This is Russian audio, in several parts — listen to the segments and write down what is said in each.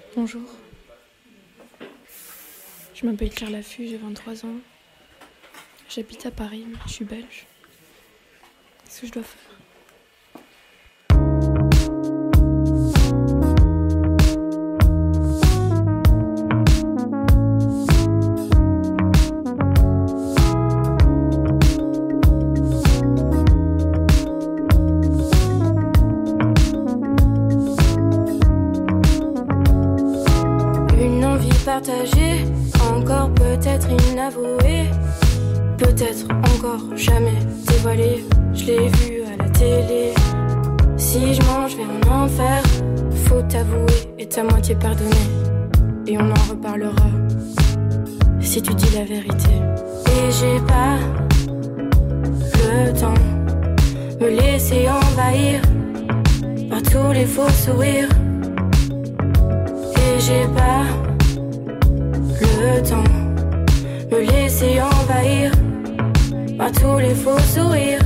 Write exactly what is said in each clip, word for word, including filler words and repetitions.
Bonjour. Je m'appelle Claire Laffut, j'ai vingt-trois ans. J'habite à Paris, mais je suis belge. Qu'est-ce que je dois faire ? Partagée, encore peut-être inavouée, peut-être encore jamais dévoilée. Je l'ai vu à la télé. Si je mange vers un enfer, faut t'avouer et ta moitié pardonner. Et on en reparlera si tu dis la vérité. Et j'ai pas le temps me laisser envahir par tous les faux sourires. Et j'ai pas le temps me laisser envahir par tous les faux sourires.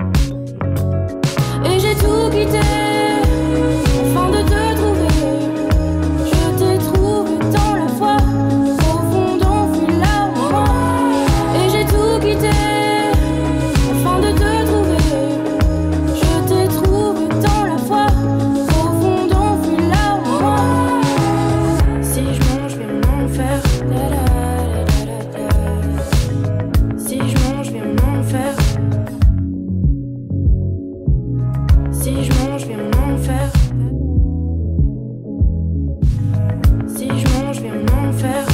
Et j'ai tout quitté afin de te trouver. Je t'ai trouvé tant la fois au fond d'enfui là où moi. Et j'ai tout quitté afin de te trouver. Je t'ai trouvé tant la fois au fond d'enfui là où moi. Si je mange vers mon enfer, si je mange vers mon enfer, si je mange vers mon enfer, si je mange vers mon enfer.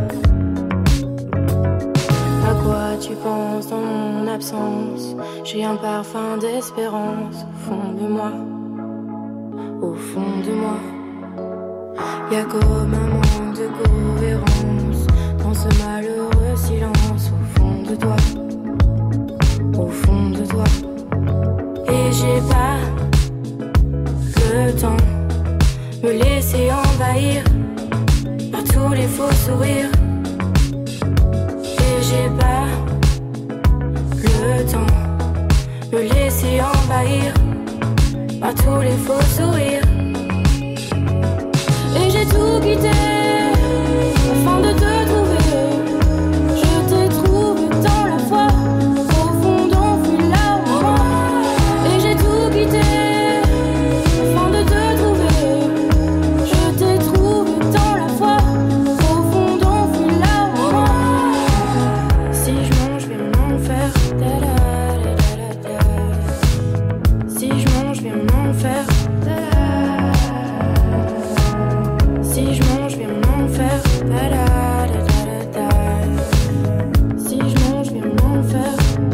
À quoi tu penses dans mon absence? J'ai un parfum d'espérance au fond de moi, au fond de moi. Y'a comme un manque de cohérence dans ce malheureux silence au fond de toi, au fond de toi. Et j'ai pas le temps me laisser envahir par tous les faux sourires. Et j'ai pas le temps me laisser envahir par tous les faux sourires. Et j'ai tout quitté afin de te trouver. Je t'ai trouvé tant la fois au fond d'enfui là où moi. Et j'ai tout quitté afin de te trouver. Je t'ai trouvé tant la fois au fond d'enfui là où moi. Si je mange vers mon enfer, si je mange vers mon enfer, si je mange vers mon enfer, si je mange vers mon enfer.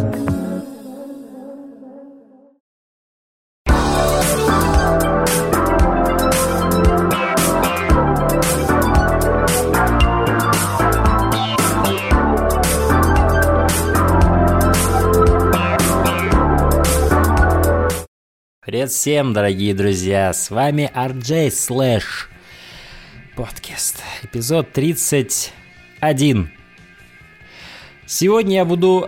Привет всем, дорогие друзья, с вами ар джей Slash Podcast, эпизод тридцать один. Сегодня я буду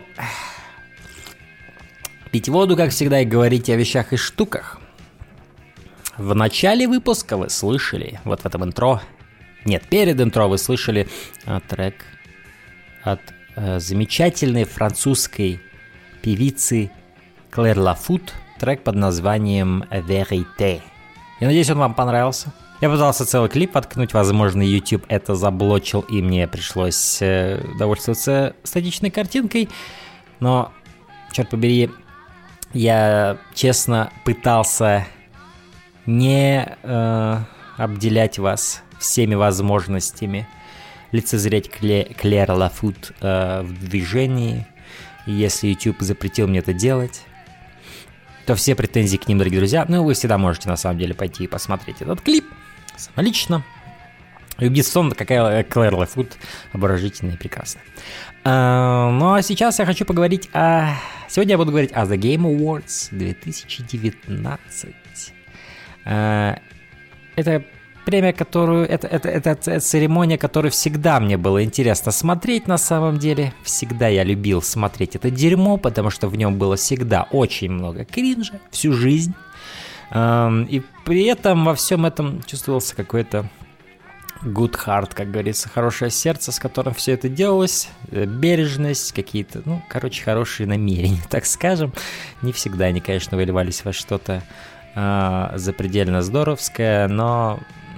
пить воду, как всегда, и говорить о вещах и штуках. В начале выпуска вы слышали, вот в этом интро, нет, перед интро вы слышали а, трек от а, замечательной французской певицы Клэр Лафут, трек под названием «Vérité». Я надеюсь, он вам понравился. Я пытался целый клип воткнуть, возможно, YouTube это заблочил, и мне пришлось э, довольствоваться статичной картинкой. Но, черт побери, я честно пытался не э, обделять вас всеми возможностями лицезреть Кле- Клэр Лафут э, в движении. И если YouTube запретил мне это делать, то все претензии к ним, дорогие друзья. Ну, вы всегда можете, на самом деле, пойти и посмотреть этот клип самолично и убедиться в том, какая Клэр Лафут обворожительная и прекрасная. А, ну, а сейчас я хочу поговорить о... Сегодня я буду говорить о The Game Awards две тысячи девятнадцать. А, это премия, которую... Это, это, это, это церемония, которую всегда мне было интересно смотреть, на самом деле. Всегда я любил смотреть это дерьмо, потому что в нем было всегда очень много кринжа всю жизнь. И при этом во всем этом чувствовался какой-то good heart, как говорится, хорошее сердце, с которым все это делалось, бережность, какие-то, ну, короче, хорошие намерения, так скажем. Не всегда они, конечно, выливались во что-то э, запредельно здоровское, но,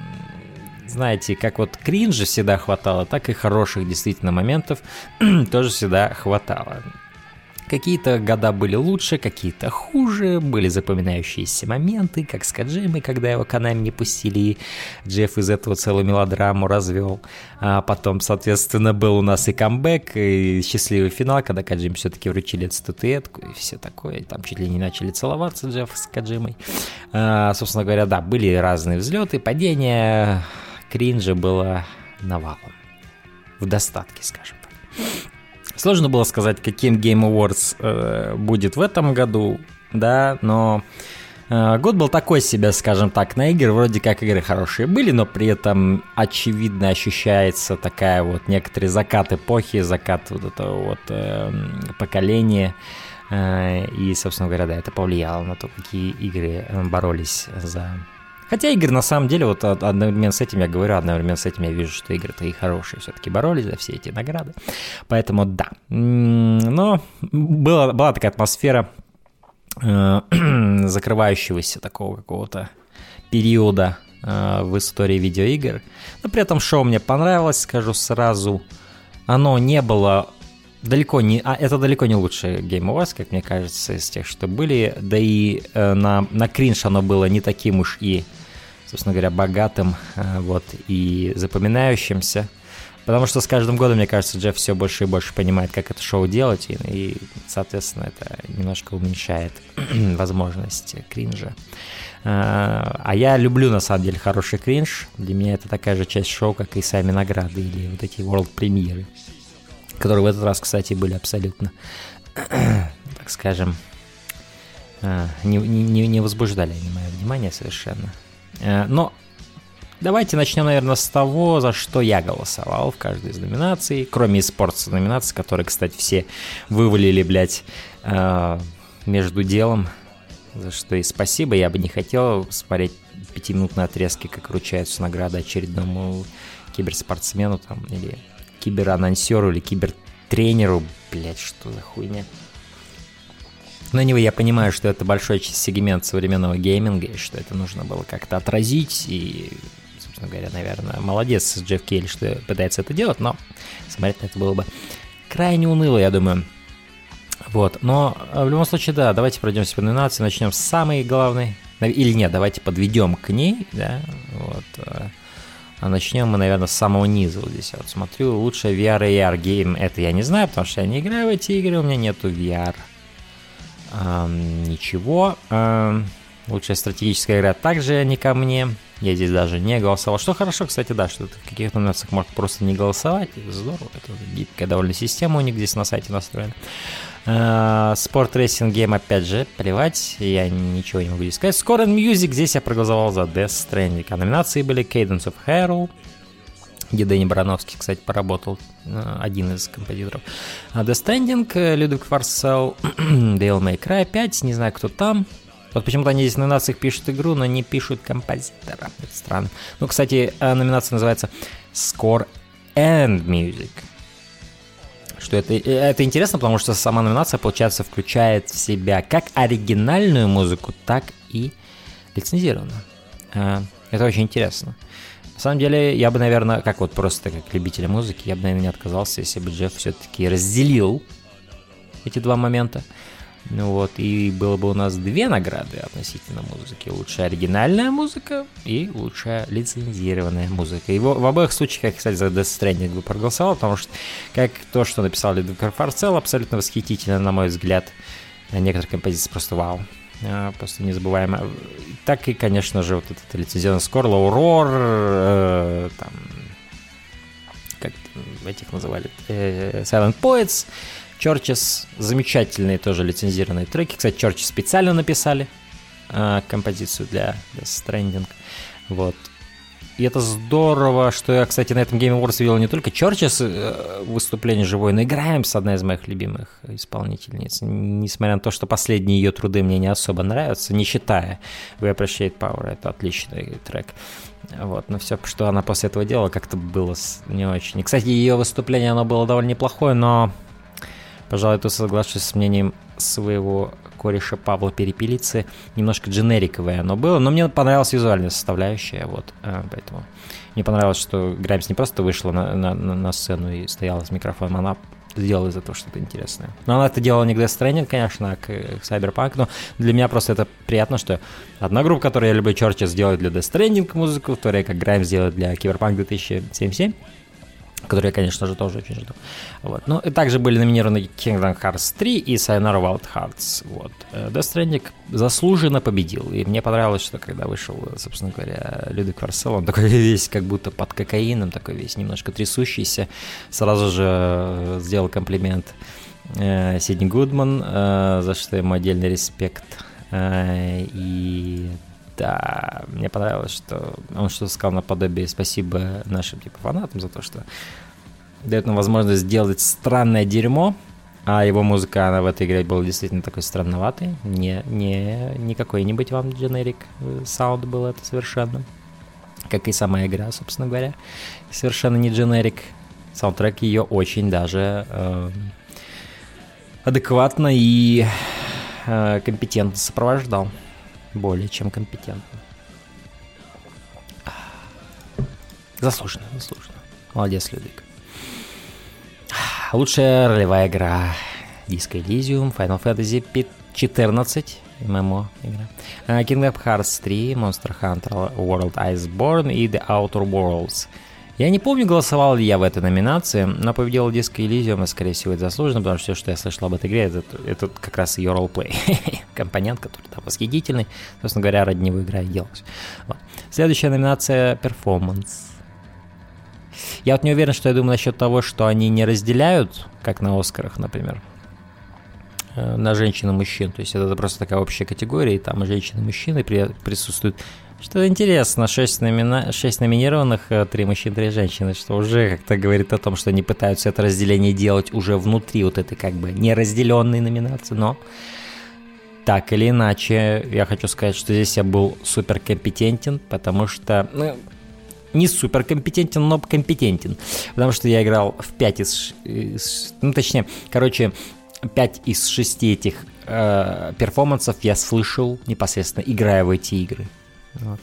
знаете, как вот кринжа всегда хватало, так и хороших действительно моментов тоже всегда хватало. Какие-то года были лучше, какие-то хуже, были запоминающиеся моменты, как с Коджимой, когда его Konami не пустили, и Джефф из этого целую мелодраму развел. А потом, соответственно, был у нас и камбэк, и счастливый финал, когда Коджиме все-таки вручили эту статуэтку, и все такое, и там чуть ли не начали целоваться Джефф с Коджимой. А, собственно говоря, да, были разные взлеты, падения, кринжа было навалом. В достатке, скажем так. Сложно было сказать, каким Game Awards э, будет в этом году, да, но э, год был такой себе, скажем так, на игры. Вроде как игры хорошие были, но при этом очевидно ощущается такая вот некоторый закат эпохи, закат вот этого вот э, поколения. Э, и, собственно говоря, да, это повлияло на то, какие игры боролись за... Хотя игры, на самом деле, вот одновременно с этим я говорю, одновременно с этим я вижу, что игры-то и хорошие все-таки боролись за все эти награды. Поэтому да. Но была, была такая атмосфера э, закрывающегося такого какого-то периода э, в истории видеоигр. Но при этом шоу мне понравилось, скажу сразу. Оно не было... Далеко не, а это далеко не лучшее Game Awards, как мне кажется, из тех, что были. Да и э, на, на кринж оно было не таким уж и, собственно говоря, богатым э, вот, и запоминающимся. Потому что с каждым годом, мне кажется, Джефф все больше и больше понимает, как это шоу делать. И, и соответственно, это немножко уменьшает возможность кринжа. Э, а я люблю, на самом деле, хороший кринж. Для меня это такая же часть шоу, как и сами награды или вот эти world-премьеры, которые в этот раз, кстати, были абсолютно, так скажем, не, не, не возбуждали они мое внимание совершенно. Но давайте начнем, наверное, с того, за что я голосовал в каждой из номинаций, кроме eSports номинаций, которые, кстати, все вывалили, блядь, между делом, за что и спасибо. Я бы не хотел смотреть пятиминутные отрезки, как вручаются награды очередному киберспортсмену там, или киберанонсеру или кибертренеру, блять, что за хуйня. Но anyway, я понимаю, что это большой сегмент современного гейминга, и что это нужно было как-то отразить, и, собственно говоря, наверное, молодец Джефф Кейли, что пытается это делать, но смотреть на это было бы крайне уныло, я думаю. Вот, но в любом случае, да, давайте пройдемся по номинации, начнем с самой главной, или нет, давайте подведем к ней, да, вот. А начнем мы, наверное, с самого низа. Вот здесь я вот смотрю. Лучшая ви ар и эй ар гейм. Это я не знаю, потому что я не играю в эти игры. У меня нету ви ар. Эм, ничего. Эм, лучшая стратегическая игра также не ко мне. Я здесь даже не голосовал. Что хорошо, кстати, да, что ты в каких-то номинациях можешь просто не голосовать. Здорово. Это гибкая довольно система у них здесь на сайте настроена. Спорт рейсинг гейм, опять же, плевать, я ничего не могу здесь сказать. Score and Music, здесь я проголосовал за Death Stranding. А номинации были Cadence of Hyrule, где Дэнни Барановский, кстати, поработал, один из композиторов. Death Stranding, Ludwig Forcell, Devil May Cry пять, не знаю, кто там. Вот почему-то они здесь в номинациях пишут игру, но не пишут композитора. Это странно. Ну, кстати, номинация называется Score and Music. Что это, это интересно, потому что сама номинация, получается, включает в себя как оригинальную музыку, так и лицензированную. Это очень интересно. На самом деле, я бы, наверное, как вот просто как любитель музыки, я бы, наверное, не отказался, если бы Джефф все-таки разделил эти два момента. Ну вот, и было бы у нас две награды относительно музыки. Лучшая оригинальная музыка и лучшая лицензированная музыка. И в, в обоих случаях я, кстати, за Death Stranding бы проголосовал, потому что, как то, что написал Ludwig Forcell, абсолютно восхитительно, на мой взгляд. Некоторые композиции просто вау. Просто незабываемо. Так и, конечно же, вот этот лицензионный скор, Low Roar, э, там, как этих называли, э, Silent Poets, Churches, замечательные тоже лицензированные треки. Кстати, Churches специально написали э, композицию для Death Stranding. Вот. И это здорово, что я, кстати, на этом Game Awards видел не только Churches выступление живое, но и Граймс, одна из моих любимых исполнительниц. Несмотря на то, что последние ее труды мне не особо нравятся, не считая We Appreciate Power, это отличный трек. Вот, но все, что она после этого делала, как-то было не очень. И, кстати, ее выступление, оно было довольно неплохое, но, пожалуй, тут соглашусь с мнением своего кореша Павла Перепелицы, немножко дженериковое оно было, но мне понравилась визуальная составляющая, вот, поэтому мне понравилось, что Граймс не просто вышла на, на, на сцену и стояла с микрофоном, она сделала из этого что-то интересное. Но она это делала не к Death Stranding, конечно, а к, к Cyberpunk, но для меня просто это приятно, что одна группа, которую я люблю, Churches, делает для Death Stranding музыку, вторая, как Граймс, делает для Cyberpunk две тысячи семьдесят семь, которые я, конечно же, тоже очень жду. Вот. Ну, и также были номинированы Kingdom Hearts три и Sayonara Wild Hearts. Вот. Death Stranding заслуженно победил. И мне понравилось, что когда вышел, собственно говоря, Людвиг Варсел, он такой весь как будто под кокаином, такой весь немножко трясущийся, сразу же сделал комплимент э, Сидни Гудман, э, за что ему отдельный респект. Э, и... Да, мне понравилось, что он что-то сказал наподобие спасибо нашим типа фанатам за то, что дает нам возможность сделать странное дерьмо, а его музыка, она в этой игре была действительно такой странноватой, не, не, не какой-нибудь вам generic саунд был это совершенно, как и сама игра, собственно говоря, совершенно не generic. Саундтрек ее очень даже э, адекватно и э, компетентно сопровождал. Более чем компетентно. Заслуженно, заслуженно. Молодец, Людвиг. Лучшая ролевая игра. Disco Elysium, Final Fantasy четырнадцать, эм эм о игра. Kingdom Hearts три, Monster Hunter World Iceborne и The Outer Worlds. Я не помню, голосовал ли я в этой номинации, но победил Disco Elysium, и, скорее всего, это заслуженно, потому что все, что я слышал об этой игре, это, это как раз ее ролл-плей. Компонент, который там восхитительный. Собственно говоря, ради него игра и делалась. Вот. Следующая номинация — перформанс. Я вот не уверен, что я думаю насчет того, что они не разделяют, как на Оскарах, например, на женщин и мужчин. То есть это просто такая общая категория, и там и женщины, и мужчины присутствуют. Что интересно, шесть, номина... шесть номинированных, три мужчин, три женщины, что уже как-то говорит о том, что они пытаются это разделение делать уже внутри вот этой как бы неразделенной номинации, но так или иначе, я хочу сказать, что здесь я был суперкомпетентен, потому что, ну, не суперкомпетентен, но компетентен, потому что я играл в пять из, ну, точнее, короче, пять из шести этих э, перформансов я слышал непосредственно, играя в эти игры. Вот.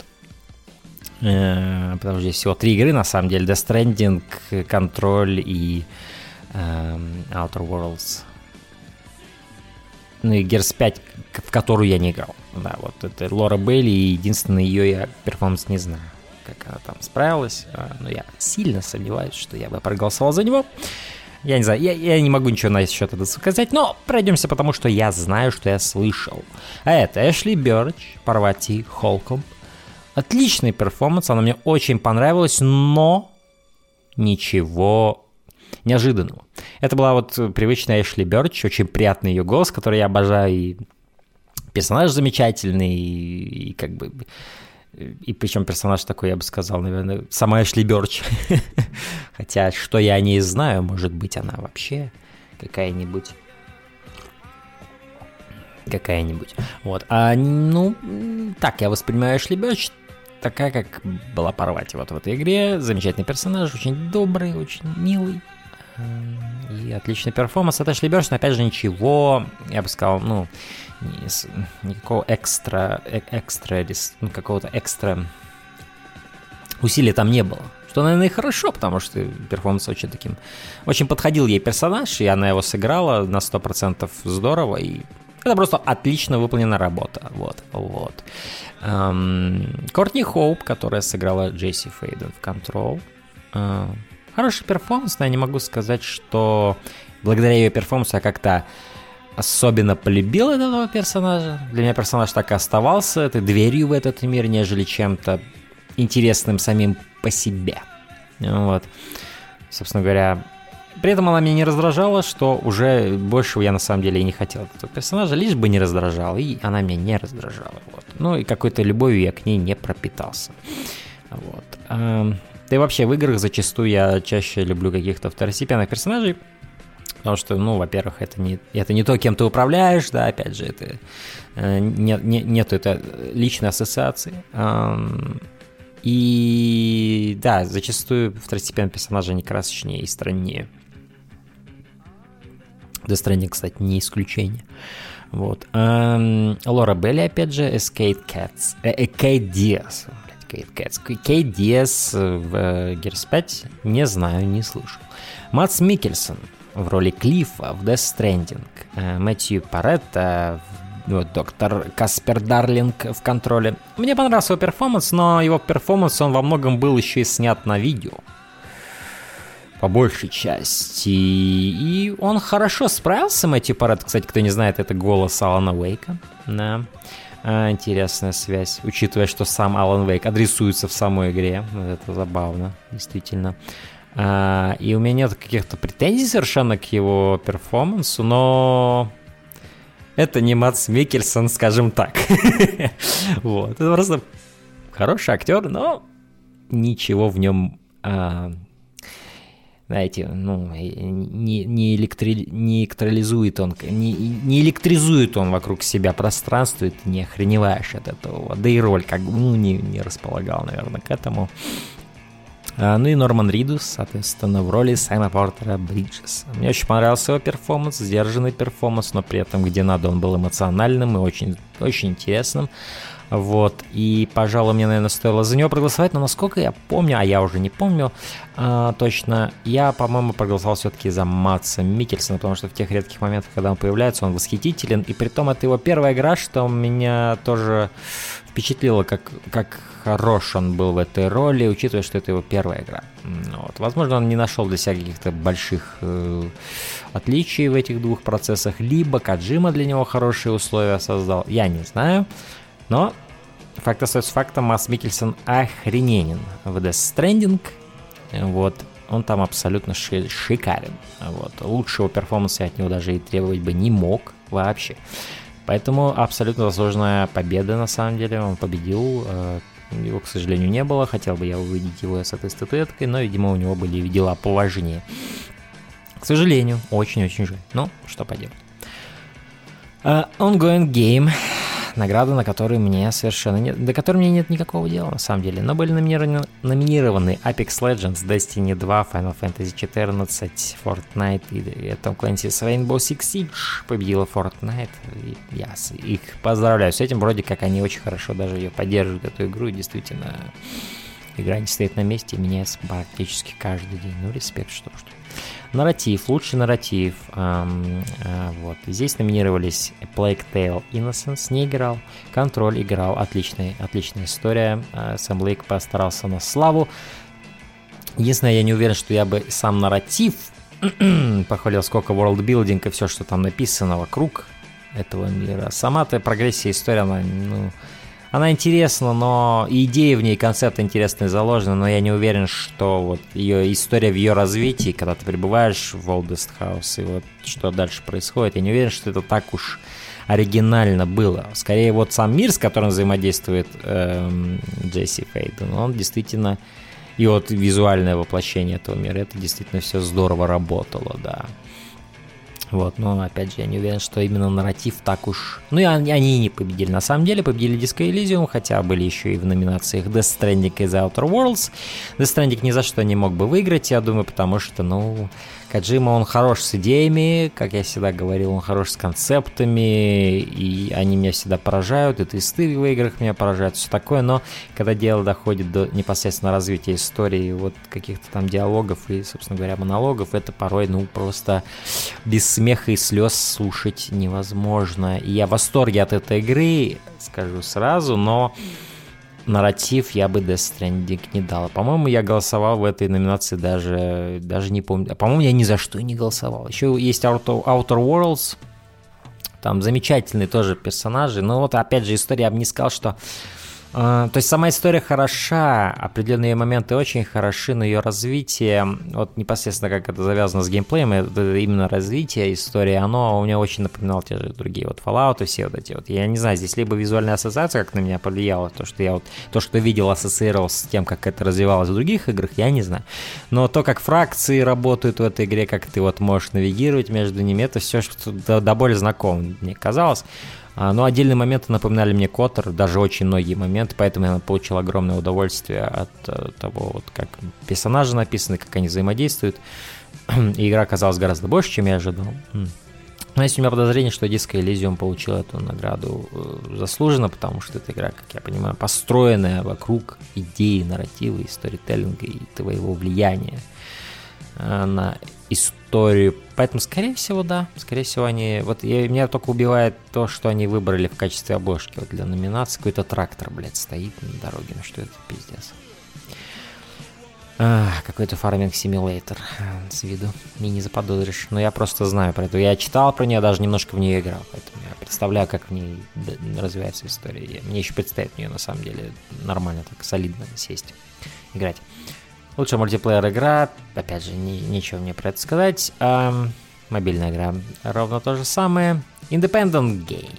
Э, потому что здесь всего три игры, на самом деле. Death Stranding, Control и э, Outer Worlds. Ну и Gears пять, в которую я не играл. Да, вот это Лора Бейли, и единственное, ее я перформанс не знаю, как она там справилась. Но я сильно сомневаюсь, что я бы проголосовал за него. Я не знаю, я, я не могу ничего на счет этого сказать, но пройдемся, потому что я знаю, что я слышал. А это Эшли Бёрч, Парвати Холком. Отличный перформанс, она мне очень понравилась, но ничего неожиданного. Это была вот привычная Эшли Бёрч, очень приятный ее голос, который я обожаю, и персонаж замечательный, и, и как бы... И причем персонаж такой, я бы сказал, наверное, сама Эшли Бёрч. Хотя, что я о ней знаю, может быть, она вообще какая-нибудь... Какая-нибудь. Вот. А, ну, так я воспринимаю Эшли Бёрч, такая, как была Парвати вот в этой игре. Замечательный персонаж, очень добрый, очень милый. И отличный перформанс от Эшли Бёрч, но опять же ничего, я бы сказал, ну, никакого экстра, экстра, ну, какого-то экстра усилия там не было. Что, наверное, и хорошо, потому что перформанс очень таким... Очень подходил ей персонаж, и она его сыграла на сто процентов здорово, и это просто отлично выполнена работа. Вот, вот. Эм, Кортни Хоуп, которая сыграла Джесси Фейден в Control. Э, хороший перформанс, но я не могу сказать, что благодаря ее перформансу я как-то особенно полюбил этого персонажа. Для меня персонаж так и оставался этой дверью в этот мир, нежели чем-то интересным самим по себе. Вот. Собственно говоря, при этом она меня не раздражала, что уже большего я на самом деле и не хотел от этого персонажа, лишь бы не раздражал, и она меня не раздражала. Вот. Ну и какой-то любовью я к ней не пропитался. Вот. Да и вообще в играх зачастую я чаще люблю каких-то второстепенных персонажей, потому что, ну, во-первых, это не, это не то, кем ты управляешь, да, опять же, это не, не, нет этой личной ассоциации. И да, зачастую второстепенные персонажи они красочнее и страннее. Death Stranding, кстати, не исключение. Вот. Лора Белли, опять же, Кейт Кэтс. Кейт Диас. Кейт Кэтс. Кейт Диас в Gears пять не знаю, не слышал. Мадс Миккельсон в роли Клиффа в Death Stranding. Мэтью Паретто, вот, доктор Каспер Дарлинг в контроле. Мне понравился его перформанс, но его перформанс, он во многом был еще и снят на видео. По большей части. И он хорошо справился, Мэтью Паретто. Кстати, кто не знает, это голос Алана Уэйка. Да. А, интересная связь. Учитывая, что сам Алан Уэйк адресуется в самой игре. Это забавно, действительно. А, и у меня нет каких-то претензий совершенно к его перформансу, но это не Мадс Миккельсон, скажем так. Вот. Это просто хороший актер, но ничего в нем... Знаете, ну, не, не, электри... не электролизует он, не, не электризует он вокруг себя пространство, и ты не охреневаешь от этого. Да и роль как бы, ну, не, не располагал, наверное, к этому. А, ну и Норман Ридус, соответственно, в роли Сэма Портера Бриджес. Мне очень понравился его перформанс, сдержанный перформанс, но при этом, где надо, он был эмоциональным и очень, очень интересным. Вот, и, пожалуй, мне, наверное, стоило за него проголосовать, но насколько я помню, а я уже не помню а, точно, я, по-моему, проголосовал все-таки за Мадса Миккельсона, потому что в тех редких моментах, когда он появляется, он восхитителен, и при том это его первая игра, что меня тоже впечатлило, как, как хорош он был в этой роли, учитывая, что это его первая игра. Вот. Возможно, он не нашел для себя каких-то больших э, отличий в этих двух процессах, либо Коджима для него хорошие условия создал, я не знаю. Но факт остается фактом, Мадс Миккельсон охрененен в Death Stranding. Вот, он там абсолютно ши- шикарен. Вот, лучшего перформанса я от него даже и требовать бы не мог вообще. Поэтому абсолютно заслуженная победа на самом деле. Он победил. Его, к сожалению, не было. Хотел бы я увидеть его с этой статуэткой, но, видимо, у него были дела поважнее. К сожалению, очень-очень жаль. Ну, что поделать. Uh, ongoing Game. Награда, на которой мне совершенно нет, до которой мне нет никакого дела, на самом деле. Но были номинированы, номинированы Apex Legends, Destiny два, Final Fantasy четырнадцать, Fortnite и, и Tom Clancy's Rainbow Six Siege. Победила Fortnite, и я их поздравляю с этим. Вроде как они очень хорошо даже ее поддерживают, эту игру, и действительно игра не стоит на месте и меняется практически каждый день. Ну, респект, что что. Нарратив, лучший нарратив. Эм, э, вот. Здесь номинировались Plague Tale Innocence, не играл. Контроль играл. Отличная, отличная история. Э, Сэм Лейк постарался на славу. Единственное, я не уверен, что я бы сам нарратив похвалил, сколько ворлдбилдинг и все, что там написано вокруг этого мира. Сама-то прогрессия, история, она, ну, она интересна, но и идеи в ней, концепт интересный заложены, но я не уверен, что вот ее история в ее развитии, когда ты прибываешь в Oldest House, и вот что дальше происходит, я не уверен, что это так уж оригинально было. Скорее, вот сам мир, с которым взаимодействует эм, Джесси Фейден, он действительно, и вот визуальное воплощение этого мира, это действительно все здорово работало, да. Вот, но опять же, я не уверен, что именно нарратив так уж... Ну и они, они не победили. На самом деле победили Disco Elysium, хотя были еще и в номинациях Death Stranding и The Outer Worlds. Death Stranding ни за что не мог бы выиграть, я думаю, потому что, ну, Коджима, он хорош с идеями, как я всегда говорил, он хорош с концептами, и они меня всегда поражают, и твисты в играх меня поражают, все такое, но когда дело доходит до непосредственно развития истории, вот каких-то там диалогов и, собственно говоря, монологов, это порой, ну, просто без смеха и слез слушать невозможно. И я в восторге от этой игры, скажу сразу, но нарратив я бы Death Stranding не дал. По-моему, я голосовал в этой номинации даже, даже не помню. По-моему, я ни за что не голосовал. Еще есть Outer, Outer Worlds. Там замечательные тоже персонажи. Но вот опять же история, я бы не сказал, что Uh, то есть сама история хороша, определенные моменты очень хороши, но ее развитие, вот непосредственно как это завязано с геймплеем, это именно развитие истории, оно у меня очень напоминало те же другие вот Fallout и все вот эти вот. Я не знаю, здесь либо визуальная ассоциация как на меня повлияла, то, что я вот, то, что видел, ассоциировал с тем, как это развивалось в других играх, я не знаю. Но то, как фракции работают в этой игре, как ты вот можешь навигировать между ними, это все, что до, до боли знакомо мне казалось. Но отдельные моменты напоминали мне Котор, даже очень многие моменты, поэтому я получил огромное удовольствие от того, вот как персонажи написаны, как они взаимодействуют. И игра оказалась гораздо больше, чем я ожидал. Но есть у меня подозрение, что Disco Elysium получил эту награду заслуженно, потому что эта игра, как я понимаю, построенная вокруг идеи, нарратива, и сторителлинга и твоего влияния на историю. Поэтому, скорее всего, да. Скорее всего, они... Вот я, меня только убивает то, что они выбрали в качестве обложки вот для номинации. Какой-то трактор, блядь, стоит на дороге. Ну что это, пиздец. А, какой-то фарминг симулятор с виду. Мне не заподозришь. Но я просто знаю про это. Я читал про нее, даже немножко в нее играл. Поэтому я представляю, как в ней развивается история. Мне еще предстоит в нее, на самом деле, нормально, так солидно сесть, играть. Лучшая мультиплеер игра, опять же, не, нечего мне про это сказать. А, мобильная игра ровно то же самое. Independent Game.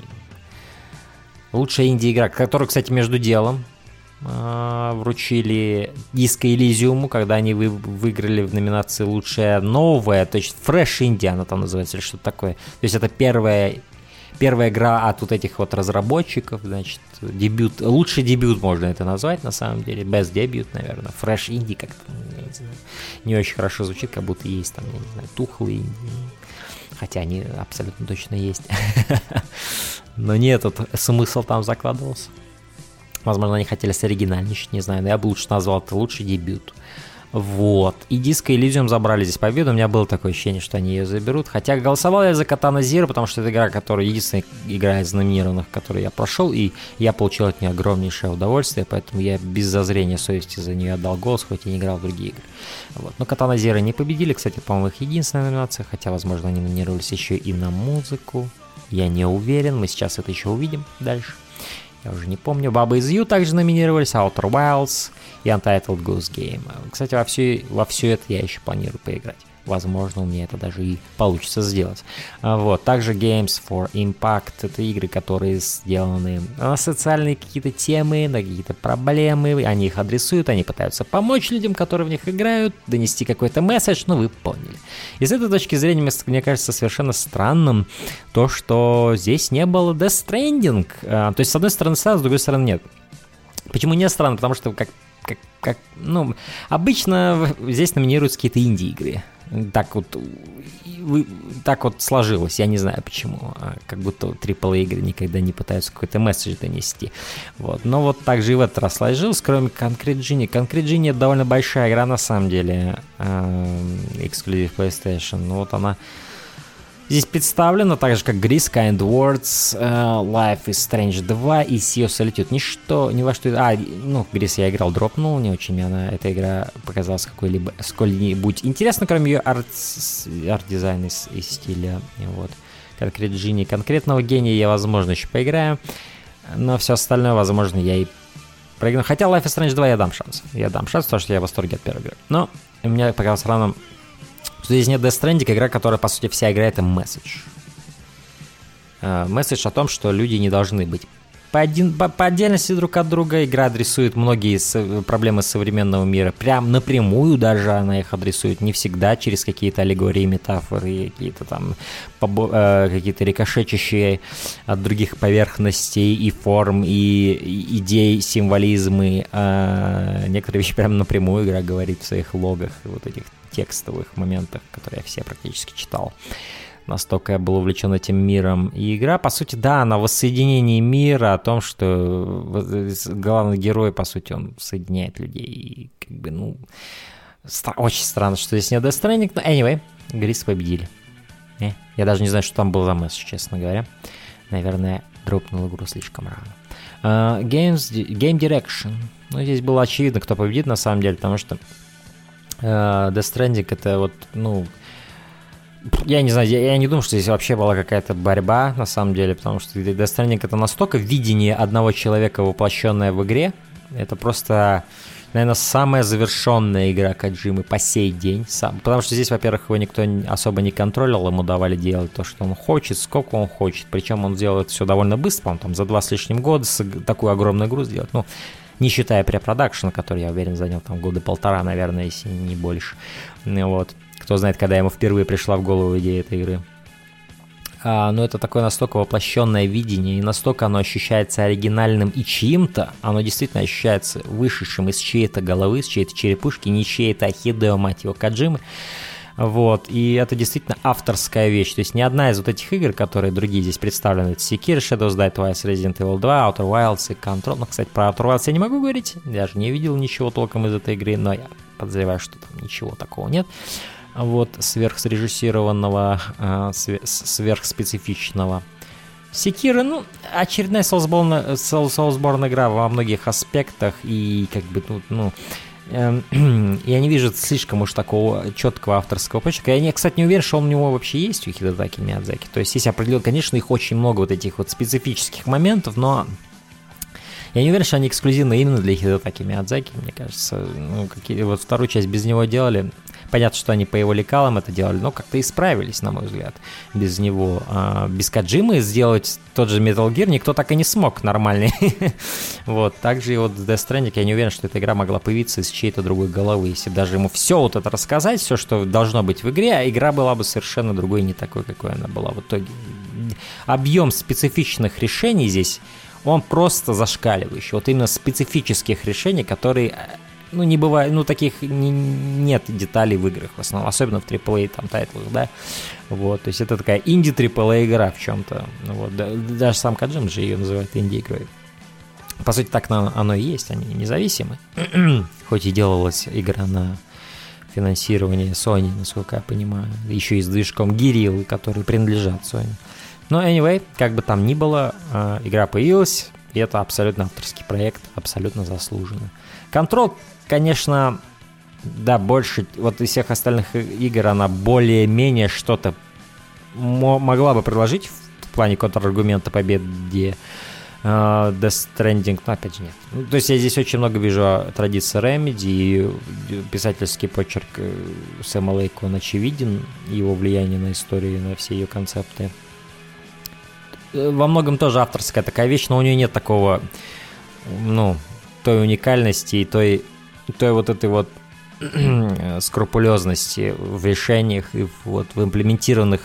Лучшая инди-игра, которую, кстати, между делом а, вручили Disco Elysium, когда они вы, выиграли в номинации лучшая новая, то есть Fresh Indie она там называется, или что-то такое. То есть это первая... Первая игра от вот этих вот разработчиков, значит, дебют, лучший дебют можно это назвать, на самом деле, best дебют, наверное, Fresh Indie как-то, я не знаю, не очень хорошо звучит, как будто есть там, я не знаю, тухлые инди, хотя они абсолютно точно есть, но нет, этот смысл там закладывался, возможно, они хотели соригинальничать, не знаю, но я бы лучше назвал это лучший дебют. Вот. И Disco Elysium забрали здесь победу. У меня было такое ощущение, что они ее заберут. Хотя голосовал я за Katana Zero, потому что это игра, которая единственная игра из номинированных, которую я прошел, и я получил от нее огромнейшее удовольствие, поэтому я без зазрения совести за нее отдал голос, хоть и не играл в другие игры. Вот. Но Katana Zero не победили, кстати, по-моему, их единственная номинация, хотя, возможно, они номинировались еще и на музыку. Я не уверен, мы сейчас это еще увидим дальше. Я уже не помню. Baba Is You также номинировались, Outer Wilds и Untitled Goose Game. Кстати, во все, во все это я еще планирую поиграть. Возможно, у меня это даже и получится сделать. Вот. Также Games for Impact. Это игры, которые сделаны на социальные какие-то темы, на какие-то проблемы. Они их адресуют, они пытаются помочь людям, которые в них играют, донести какой-то месседж, ну вы поняли. И с этой точки зрения, мне кажется совершенно странным то, что здесь не было Death Stranding. То есть, с одной стороны, странно, с другой стороны, нет. Почему не странно? Потому что, как, как, как ну, обычно здесь номинируются какие-то инди-игры. Так вот, так вот сложилось, я не знаю почему, как будто трипл эй игры никогда не пытаются какой-то месседж донести. Вот. Но вот так же и в этот раз сложилось, кроме Concrete Genie. Concrete Genie — это довольно большая игра на самом деле, эксклюзив PlayStation. Ну вот она здесь представлена, так же как Gris, Kind Words, uh, Life is Strange два и Sea of Solitude. Ничто, ни во что... А, ну, Gris я играл, дропнул, не очень мне она, эта игра показалась какой-либо, сколь-нибудь интересной, кроме ее арт, арт-дизайна и, и стиля. Вот. Concrete Genie, конкретного гения я, возможно, еще поиграю, но все остальное, возможно, я и проиграю. Хотя Life is Strange два я дам шанс. Я дам шанс, потому что я в восторге от первой игры. Но у меня показалось рано... что здесь нет Death Stranding, игра, которая, по сути, вся игра — это месседж. Месседж о том, что люди не должны быть по, один, по, по отдельности друг от друга. Игра адресует многие с, проблемы современного мира. Прям напрямую даже она их адресует. Не всегда через какие-то аллегории, метафоры, какие-то там побо, э, какие-то рикошечащие от других поверхностей и форм, и, и идей, символизмы. Э, некоторые вещи прям напрямую игра говорит в своих логах, вот этих текстовых моментах, которые я все практически читал. Настолько я был увлечен этим миром. И игра, по сути, да, она в воссоединении мира, о том, что главный герой, по сути, он соединяет людей. И как бы, ну, стра- очень странно, что здесь нет Death Stranding. Но anyway, Gris победили. Не? Я даже не знаю, что там был за месседж, честно говоря. Наверное, дропнул игру слишком рано. Uh, games, Game Direction. Ну, здесь было очевидно, кто победит, на самом деле, потому что Uh, Death Stranding — это вот, ну, я не знаю, я, я не думаю, что здесь вообще была какая-то борьба, на самом деле, потому что Death Stranding — это настолько видение одного человека, воплощенное в игре. Это просто, наверное, самая завершенная игра Коджимы по сей день. Сам, потому что здесь, во-первых, его никто особо не контролил, ему давали делать то, что он хочет, сколько он хочет. Причем он делает все довольно быстро, он там за два с лишним года такую огромную игру сделать. Ну, не считая препродакшена, который, я уверен, занял там года полтора, наверное, если не больше. Вот. Кто знает, когда ему впервые пришла в голову идея этой игры. А, но это такое настолько воплощенное видение, и настолько оно ощущается оригинальным и чьим-то, оно действительно ощущается вышедшим из чьей-то головы, из чьей-то черепушки, не чьей-то Хидео, мать его, Коджимы. Вот, и это действительно авторская вещь. То есть ни одна из вот этих игр, которые другие здесь представлены, это Sekiro, Shadows Die Twice, Resident Evil два, Outer Wilds и Control. Ну, кстати, про Outer Wilds я не могу говорить, я же не видел ничего толком из этой игры, но я подозреваю, что там ничего такого нет. Вот, сверхсрежиссированного, э, сверхспецифичного. Sekiro, ну, очередная Soulsborne, Soulsborne игра во многих аспектах, и как бы тут, ну, э, я не вижу слишком уж такого четкого авторского почерка. Я, не, кстати, не уверен, что он у него вообще есть, у Хидетаки Миядзаки. То есть, если определенно, конечно, их очень много вот этих вот специфических моментов, но я не уверен, что они эксклюзивны именно для Хидетаки Миядзаки. Мне кажется, ну, какие, вот вторую часть без него делали. Понятно, что они по его лекалам это делали, но как-то исправились, на мой взгляд, без него. А без Коджимы сделать тот же Metal Gear никто так и не смог нормальный. Вот, также и вот Death Stranding, я не уверен, что эта игра могла появиться из чьей-то другой головы. Если даже ему все вот это рассказать, все, что должно быть в игре, а игра была бы совершенно другой, не такой, какой она была в итоге. Объем специфичных решений здесь, он просто зашкаливающий. Вот именно специфических решений, которые... Ну, не бывает, ну, таких не, нет деталей в играх в основном, особенно в трипл эй там тайтлах, да, вот, то есть это такая инди-трипл эй игра в чем-то, вот, да, даже сам Коджима же ее называет инди-игрой. По сути, так оно и есть, они независимы, хоть и делалась игра на финансирование Sony, насколько я понимаю, еще и с движком Guerrilla, которые принадлежат Sony. Но, anyway, как бы там ни было, игра появилась, и это абсолютно авторский проект, абсолютно заслуженно. Control, конечно, да, больше, вот из всех остальных игр она более-менее что-то мо- могла бы предложить в плане контраргумента победе uh, Death Stranding, но опять же нет. Ну, то есть я здесь очень много вижу традиции Remedy, и писательский почерк Сэма Лейка, он очевиден, его влияние на историю, на все ее концепты. Во многом тоже авторская такая вещь, но у нее нет такого, ну, той уникальности и той, той вот этой вот скрупулезности в решениях и вот в имплементированных,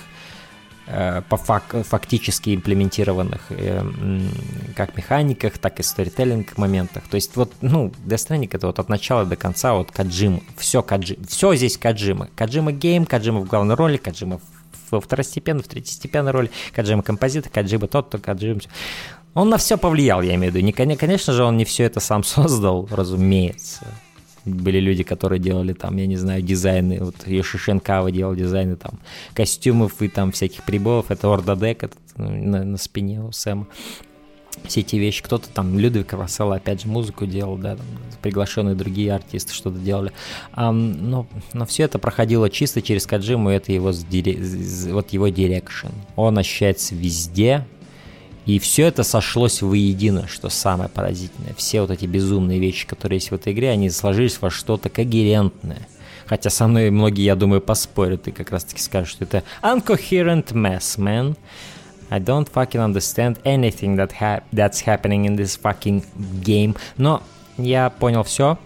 э, по фак, фактически имплементированных э, как механиках, так и сторителлинг моментах. То есть вот, ну, Death Stranding это вот от начала до конца вот Коджима. Все Коджима. Все здесь Коджима. Коджима гейм, Коджима в главной роли, Коджима во второстепенной, в третьестепенной роли, Коджима композитор, Коджима тот, то Коджима... Он на все повлиял, я имею в виду. Не, конечно же, он не все это сам создал, разумеется. Были люди, которые делали там, я не знаю, дизайны. Вот Йоши Шинкава делал дизайны там костюмов и там всяких приборов. Это Ордодек, это на, на спине у Сэма. Все эти вещи. Кто-то там, Людвиг Васселло, опять же, музыку делал, да, там, приглашенные другие артисты что-то делали. А, но, но все это проходило чисто через Коджиму, и это его, вот его дирекшн. Он ощущается везде. И все это сошлось воедино, что самое поразительное. Все вот эти безумные вещи, которые есть в этой игре, они сложились во что-то когерентное. Хотя со мной многие, я думаю, поспорят и как раз-таки скажут, что это uncoherent mess, man. I don't fucking understand anything that ha- that's happening in this fucking game. Но я понял все.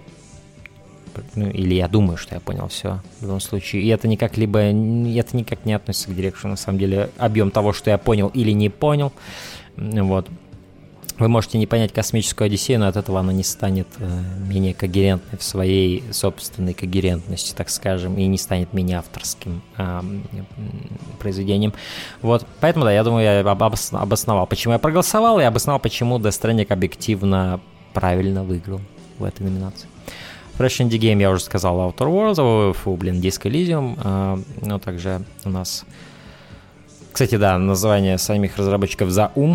Ну, или я думаю, что я понял все в любом случае. И это никак либо... Это никак не относится к дирекшену, на самом деле. Объем того, что я понял или не понял. Вот. Вы можете не понять космическую Одиссею, но от этого она не станет э, менее когерентной в своей собственной когерентности, так скажем, и не станет менее авторским э, произведением. Вот. Поэтому, да, я думаю, я обосновал, почему я проголосовал, и обосновал, почему Death Stranding объективно правильно выиграл в этой номинации. Fresh Indie Game, я уже сказал, Outer Worlds, фу, блин, Disco Elysium, э, но также у нас... Кстати, да, название самих разработчиков Zaum,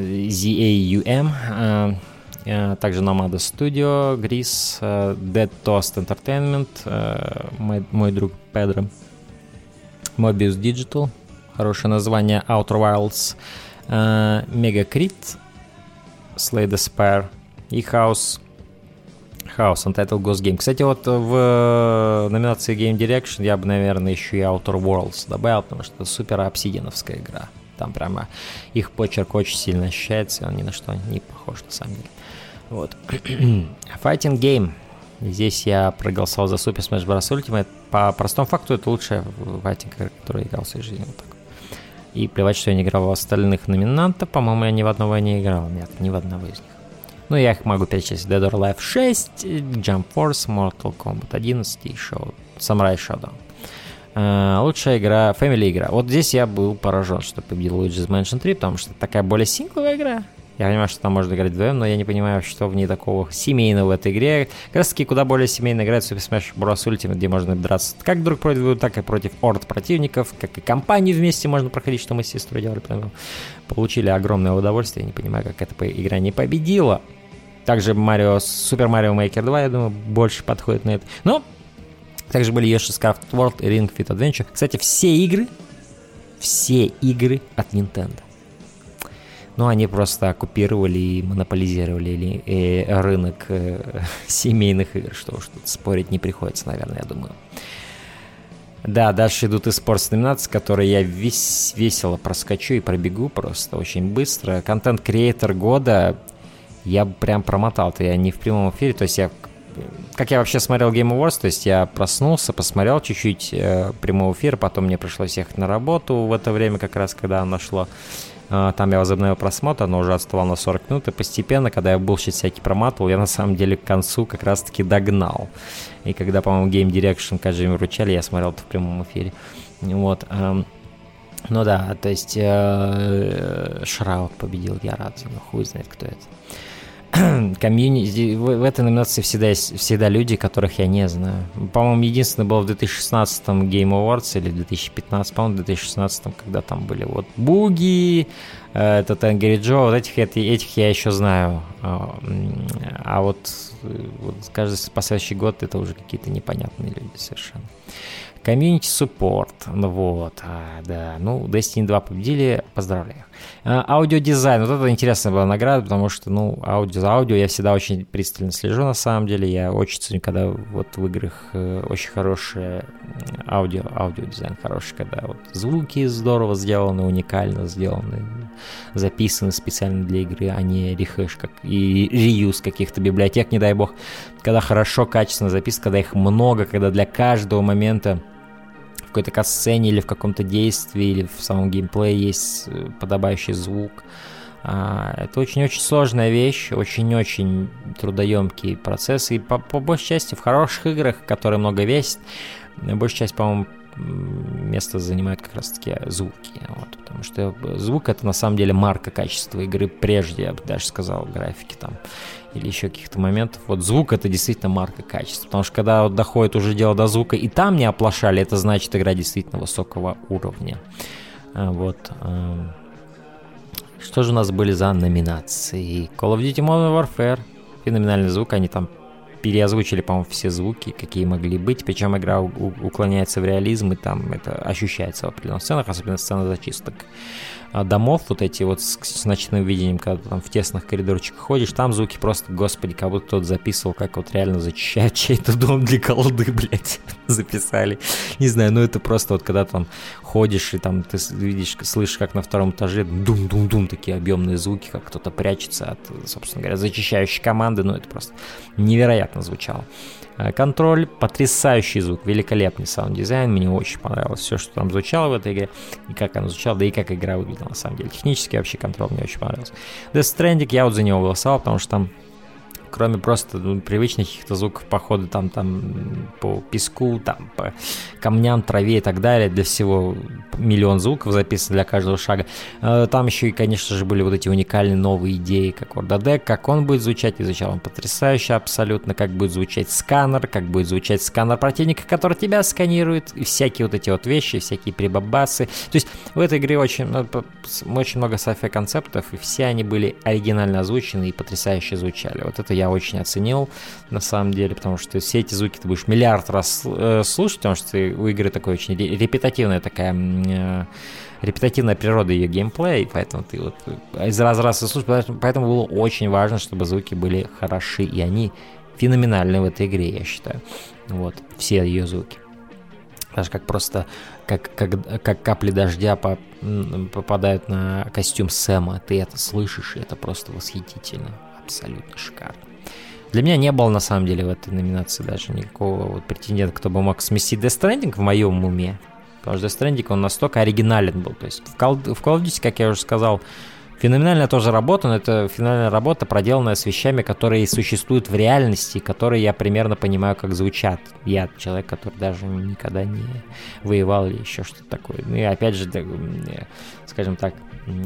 Z-A-U-M, э, э, также Nomada Studio, Gris, э, Dead Toast Entertainment, э, мой, мой друг Педро. Mobius Digital, хорошее название, Outer Wilds, uh, Mega Crit, Slay the Spire и House, House Untitled Ghost Game. Кстати, вот в номинации Game Direction я бы, наверное, еще и Outer Worlds добавил, потому что это супер обсидиановская игра. Там прямо их почерк очень сильно ощущается, и он ни на что не похож на самом деле. Вот. Fighting Game. Здесь я проголосовал за Super Smash Bros. Ultimate. По простому факту это лучшая файтинг, которую я играл в своей жизни. Вот так. И плевать, что я не играл в остальных номинантов. По-моему, я ни в одного не играл. Нет, ни в одного из них. Ну, я их могу перечислить. Dead or Alive шесть, Jump Force, Mortal Kombat одиннадцать и Show... Samurai Shodown. Uh, лучшая игра, Family игра. Вот здесь я был поражен, что победил Luigi's Mansion три, потому что это такая более сингловая игра. Я понимаю, что там можно играть вдвоем, но я не понимаю, что в ней такого семейного в этой игре. Как раз таки куда более семейно играть Super Smash Bros. Ultimate, где можно драться как друг против друга, так и против орд противников, как и компании вместе можно проходить, что мы с сестрой делали. Поэтому получили огромное удовольствие. Я не понимаю, как эта игра не победила. Также Mario, Super Mario Maker два, я думаю, больше подходит на это. Но также были Yoshi's Crafted World и Ring Fit Adventure. Кстати, все игры, все игры от Nintendo. Ну, они просто оккупировали и монополизировали э, рынок э, семейных игр, что уж тут спорить не приходится, наверное, я думаю. Да, дальше идут и спортс номинации, которые я вес- весело проскочу и пробегу просто очень быстро. Контент-креатор года я прям промотал-то, я не в прямом эфире, то есть я... Как я вообще смотрел Game Awards, то есть я проснулся, посмотрел чуть-чуть э, прямой эфир, потом мне пришлось ехать на работу в это время, как раз когда оно шло. Там я возобновил просмотр, но уже отставал на сорок минут, и постепенно, когда я булщит всякий проматывал, я на самом деле к концу как раз-таки догнал. И когда, по-моему, Game Direction Kojima вручали, я смотрел это в прямом эфире. Вот. Эм, ну да, то есть э, Шраут победил, я рад за него, хуй знает, кто это. Комьюнити, в, в этой номинации всегда есть всегда люди, которых я не знаю. По-моему, единственное было в две тысячи шестнадцатом Game Awards или в две тысячи пятнадцатом, по-моему, в две тысячи шестнадцатом, когда там были вот Буги, э, этот Angry Joe, вот этих, этих я еще знаю. А вот, вот каждый последующий год это уже какие-то непонятные люди совершенно. Комьюнити суппорт, ну вот, а, да, ну, Destiny два победили, поздравляю. А, аудиодизайн, вот это интересная была награда, потому что, ну, аудио за аудио я всегда очень пристально слежу, на самом деле, я очень ценю, когда вот в играх э, очень хорошее аудио, аудиодизайн хороший, когда вот звуки здорово сделаны, уникально сделаны, записаны специально для игры, а не рехэш, как и реюз каких-то библиотек, не дай бог, когда хорошо, качественно записано, когда их много, когда для каждого момента в какой-то катсцене или в каком-то действии, или в самом геймплее есть подобающий звук. Это очень-очень сложная вещь, очень-очень трудоемкий процесс. И по, по большей части в хороших играх, которые много весят, большая часть, по-моему, место занимают как раз-таки звуки. Вот, потому что звук — это на самом деле марка качества игры прежде, я бы даже сказал, графики там или еще каких-то моментов. Вот звук — это действительно марка качества. Потому что когда вот доходит уже дело до звука, и там не оплошали, это значит, игра действительно высокого уровня. Вот. Что же у нас были за номинации? Call of Duty Modern Warfare. Феноменальный звук. Они там переозвучили, по-моему, все звуки, какие могли быть. Причем игра у- уклоняется в реализм, и там это ощущается в определенных сценах, особенно сцены зачисток домов, вот эти вот с, с ночным видением, когда ты там в тесных коридорчиках ходишь, там звуки просто, господи, как будто кто-то записывал, как вот реально зачищают чей-то дом для колды, блядь, записали. Не знаю, ну это просто вот когда там ходишь, и там ты видишь, слышишь, как на втором этаже дум-дум-дум, такие объемные звуки, как кто-то прячется от, собственно говоря, зачищающей команды, ну это просто невероятно звучало. Контроль, потрясающий звук, великолепный саунд-дизайн, мне очень понравилось все, что там звучало в этой игре, и как оно звучало, да и как игра выглядела на самом деле. Технически вообще контроль мне очень понравился. Death Stranding, я вот за него голосовал, потому что там, кроме просто ну, привычных каких-то звуков похода там, там по песку, там по камням, траве и так далее, для всего миллион звуков записано для каждого шага. Там еще и, конечно же, были вот эти уникальные новые идеи, как Orda Deck, как он будет звучать, и звучал он потрясающе абсолютно, как будет звучать сканер, как будет звучать сканер противника, который тебя сканирует, и всякие вот эти вот вещи, всякие прибабасы. То есть в этой игре очень, очень много sci-fi концептов, и все они были оригинально озвучены и потрясающе звучали. Вот это я я очень оценил, на самом деле, потому что все эти звуки ты будешь миллиард раз э, слушать, потому что у игры такой очень репетативная такая... Э, репетативная природа ее геймплея, и поэтому ты вот из раза в раз слушаешь, поэтому было очень важно, чтобы звуки были хороши, и они феноменальны в этой игре, я считаю. Вот, все ее звуки. Даже как просто, как, как, как капли дождя по, попадают на костюм Сэма, ты это слышишь, и это просто восхитительно, абсолютно шикарно. Для меня не было, на самом деле, в этой номинации даже никакого вот претендента, кто бы мог сместить Death Stranding в моем уме. Потому что Death Stranding, он настолько оригинален был. То есть в Call, в Call of Duty, как я уже сказал, феноменальная тоже работа, но это феноменальная работа, проделанная с вещами, которые существуют в реальности, которые я примерно понимаю, как звучат. Я человек, который даже никогда не воевал или еще что-то такое. Ну и опять же, скажем так,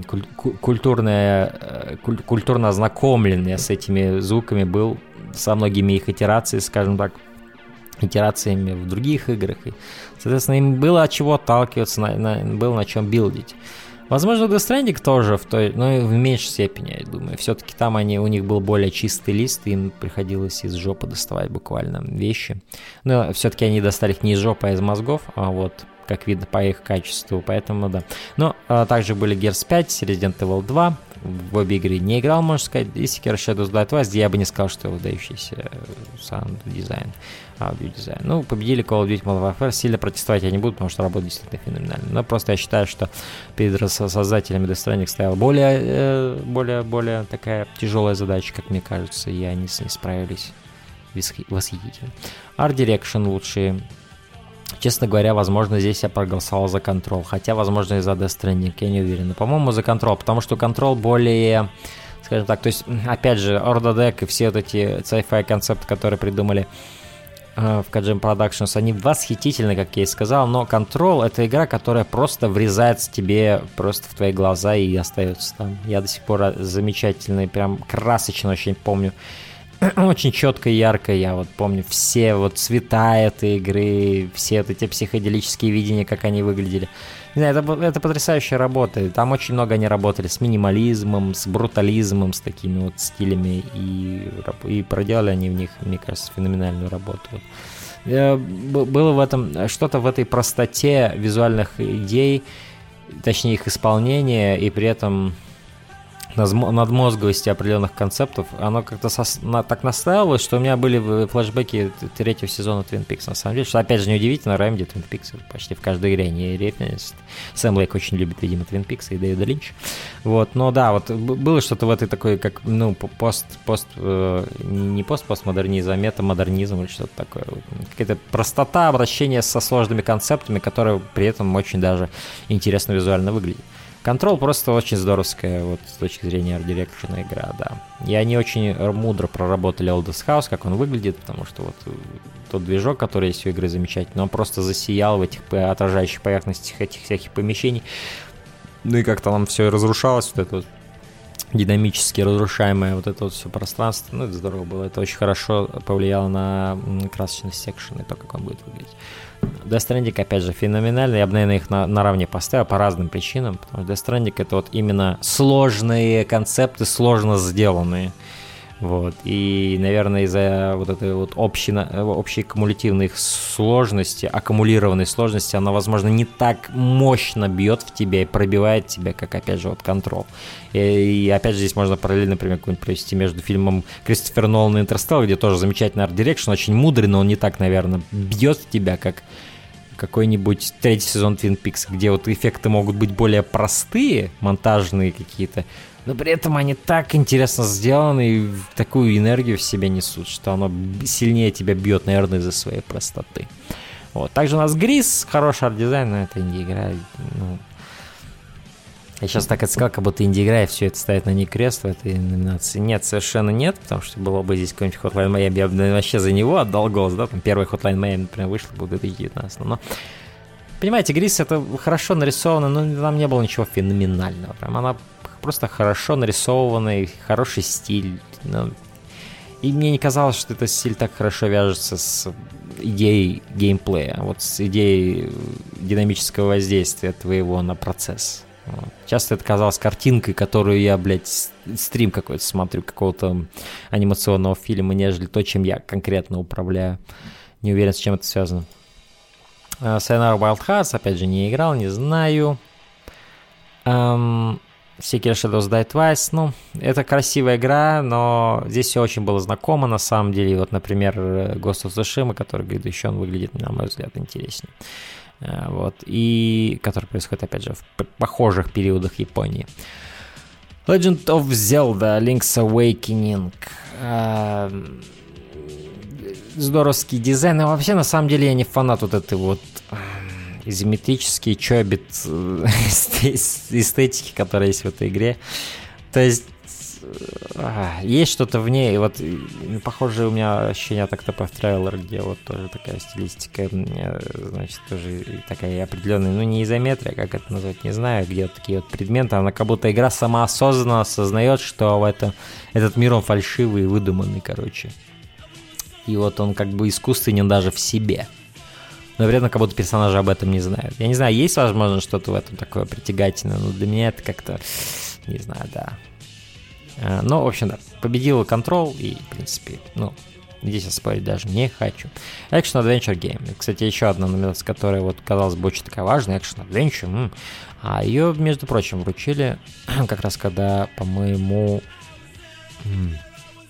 культурно, культурно ознакомленный с этими звуками был, со многими их итерациями, скажем так, итерациями в других играх. И, соответственно, им было от чего отталкиваться, на, на, было на чем билдить. Возможно, Death Stranding тоже, в той, но в меньшей степени, я думаю. Все-таки там они, у них был более чистый лист, и им приходилось из жопы доставать буквально вещи. Но все-таки они достали их не из жопы, а из мозгов, а вот как видно по их качеству, поэтому да. Но а, также были Gears пять, Resident Evil два, в обе игры не играл, можно сказать, и Sekiro Shadows Die Twice, где я бы не сказал, что выдающийся саунд-дизайн, аудиодизайн. Ну, победили Call of Duty Modern Warfare, сильно протестовать я не буду, потому что работа действительно феноменальная. Но просто я считаю, что перед создателями Death Stranding стояла более, э, более, более такая тяжелая задача, как мне кажется, и они с ней справились восхитительно. Art Direction лучшие. Честно говоря, возможно, здесь я проголосовал за Control, хотя, возможно, и за Death Stranding, я не уверен. Но, по-моему, за Control, потому что Control более, скажем так, то есть, опять же, Ordo Deck и все вот эти sci-fi концепты, которые придумали э, в Kojima Productions, они восхитительны, как я и сказал, но Control — это игра, которая просто врезается тебе просто в твои глаза и остается там. Я до сих пор замечательный, прям красочно очень помню. Очень четко и ярко, я вот помню все вот цвета этой игры, все вот эти психоделические видения, как они выглядели. Не знаю, это, это потрясающая работа. Там очень много они работали с минимализмом, с брутализмом, с такими вот стилями, и, и проделали они в них, мне кажется, феноменальную работу. Вот. Было в этом что-то в этой простоте визуальных идей, точнее их исполнения, и при этом надмозговости определенных концептов, оно как-то сос... на... так настраивалось, что у меня были флешбеки третьего сезона Twin Peaks, на самом деле, что, опять же, неудивительно, Рэмди, Twin Peaks, почти в каждой игре они референс. Сэм Лейк очень любит, видимо, Twin Peaks и Дэвида Линча. Вот, но да, вот было что-то в этой такой, как, ну, пост, пост, э, не пост-постмодернизм, а метамодернизм или что-то такое. Какая-то простота обращения со сложными концептами, которые при этом очень даже интересно визуально выглядят. Control просто очень здоровская вот с точки зрения арт-дирекшена игра, да. И они очень мудро проработали Aldous House, как он выглядит, потому что вот тот движок, который есть у игры, замечательный, он просто засиял в этих отражающих поверхностях этих всяких помещений. Ну и как-то там все разрушалось, вот это вот динамически разрушаемое вот это вот все пространство. Ну, это здорово было. Это очень хорошо повлияло на красочность секшена и то, как он будет выглядеть. Death Stranding, опять же, феноменально. Я бы, наверное, их на, наравне поставил по разным причинам. Потому что Death Stranding — это вот именно сложные концепты, сложно сделанные. Вот. И, наверное, из-за вот этой вот общей, общей кумулятивной сложности, аккумулированной сложности, она, возможно, не так мощно бьет в тебя и пробивает тебя, как, опять же, вот Control. И, и опять же, здесь можно параллель, например, какой-нибудь провести между фильмом Кристофера Нолана и Интерстеллар, где тоже замечательный арт-дирекшн, очень мудрый, но он не так, наверное, бьет в тебя, как какой-нибудь третий сезон Twin Peaks, где вот эффекты могут быть более простые, монтажные какие-то, но при этом они так интересно сделаны и такую энергию в себе несут, что оно сильнее тебя бьет, наверное, из-за своей простоты. Вот. Также у нас Грис, хороший арт-дизайн, но это инди-игра. Ну, я сейчас так это сказал, как будто инди-игра, и все это ставит на ней крест в этой номинации. Нет, совершенно нет, потому что было бы здесь какой-нибудь Hotline Miami, я бы вообще за него отдал голос, да, там первый Hotline Miami, например, вышел в две тысячи девятнадцатом, но понимаете, Грис это хорошо нарисовано, но там не было ничего феноменального, прям она просто хорошо нарисованный, хороший стиль. Ну, и мне не казалось, что этот стиль так хорошо вяжется с идеей геймплея, вот с идеей динамического воздействия твоего на процесс. Вот. Часто это казалось картинкой, которую я, блядь, стрим какой-то смотрю, какого-то анимационного фильма, нежели то, чем я конкретно управляю. Не уверен, с чем это связано. Sayonara Wild Hearts, опять же, не играл, не знаю. Um, Sekiro Shadows Die Twice, ну, это красивая игра, но здесь все очень было знакомо, на самом деле. Вот, например, Ghost of Tsushima, который грядущий, он выглядит, на мой взгляд, интереснее. Uh, вот, и который происходит, опять же, в похожих периодах Японии. Legend of Zelda Link's Awakening. Uh, здоровский дизайн, и вообще, на самом деле, я не фанат вот этой вот изометрические чобит эстетики, которая есть в этой игре. То есть есть что-то в ней, вот похоже у меня ощущение от Octopath Traveler, где вот тоже такая стилистика, значит, тоже такая определенная, ну не изометрия, как это назвать, не знаю, где вот такие вот предметы, она как будто игра сама осознанно осознает, что в это, этот мир он фальшивый и выдуманный, короче. И вот он как бы искусственен даже в себе. Но при этом как будто персонажи об этом не знают. Я не знаю, есть, возможно, что-то в этом такое притягательное, но для меня это как-то, не знаю, да. Ну, в общем, да, победил Control, и, в принципе, ну, здесь я спорить даже не хочу. Action Adventure Game. Кстати, еще одна номинация, которая, вот, казалось бы, очень такая важная, Action Adventure. М-м. А ее, между прочим, вручили как раз когда, по-моему... М-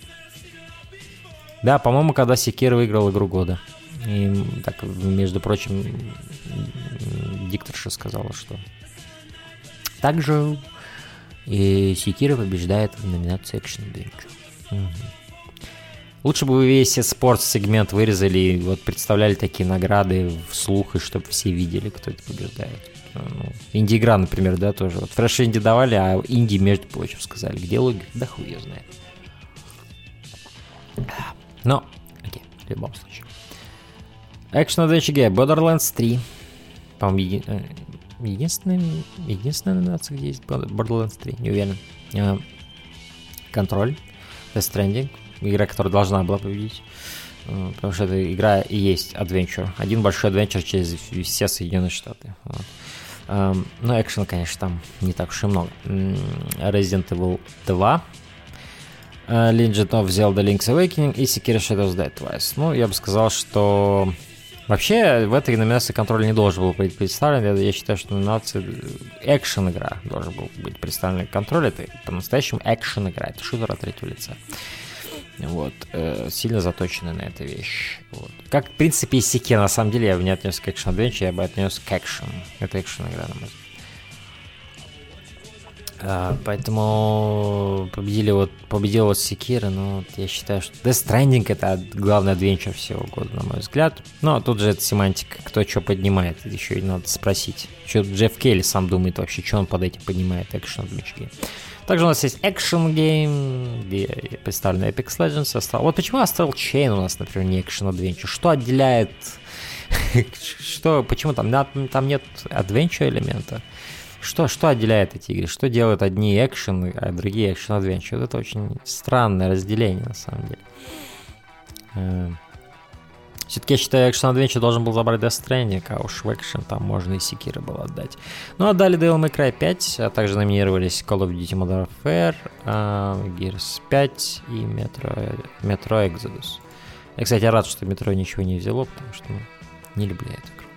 да, по-моему, когда Sekiro выиграл игру года. И так, между прочим, дикторша сказала, что также и Sekiro побеждает в номинации Action Adventure. Угу. Лучше бы вы весь спортс-сегмент вырезали и вот представляли такие награды вслух, и чтобы все видели, кто это побеждает. Ну, инди-игра, например, да, тоже. Вот фреш инди давали, а инди, между прочим, сказали. Где логика? Да хуй ее знает. Но, окей, в любом случае. Action Adventure Game, Borderlands три. По-моему, еди... единственная, единственная номинация, где есть Borderlands три, не уверен. Контроль, Death Stranding, игра, которая должна была победить. Потому что эта игра и есть Adventure. Один большой Adventure через все Соединенные Штаты. Вот. Но экшена, конечно, там не так уж и много. Resident Evil два. Legend of Zelda Link's Awakening и Sekiro Shadows Die Twice. Ну, я бы сказал, что вообще в этой номинации контроль не должен был быть представлен. Я считаю, что номинация экшен игра должен был быть представлен. Контроль — это по-настоящему экшен игра. Это шутер от третьего лица. Вот. Э, сильно заточенная на эту вещь. Вот. Как, в принципе, и Sekiro, на самом деле, я бы не отнес к экшен адвенчер, я бы отнес к экшен. Это экшен игра, на мой взгляд. Uh, поэтому победили вот, победил вот Sekiro, но вот я считаю, что Death Stranding — это главный адвенчер всего года, на мой взгляд. Но тут же это семантика, кто что поднимает, еще и надо спросить. Что Джефф Келли сам думает вообще, что он под этим поднимает, экшен адвенчер. Также у нас есть Action Game, где представлен Apex Legends. Astral... Вот почему Astral Chain у нас, например, не Action Adventure? Что отделяет... что, почему там, там нет адвенчер элемента? Что, что отделяет эти игры? Что делают одни экшен, а другие экшен-адвенчер? Это очень странное разделение, на самом деле. Все-таки я считаю, экшен-адвенчер должен был забрать Death Stranding, а уж в экшен там можно и Sekiro было отдать. Ну, отдали Devil May Cry пять, а также номинировались Call of Duty Modern Warfare, Gears пять и Metro, Metro Exodus. Я, кстати, рад, что Metro ничего не взяло, потому что ну, не люблю эту игру.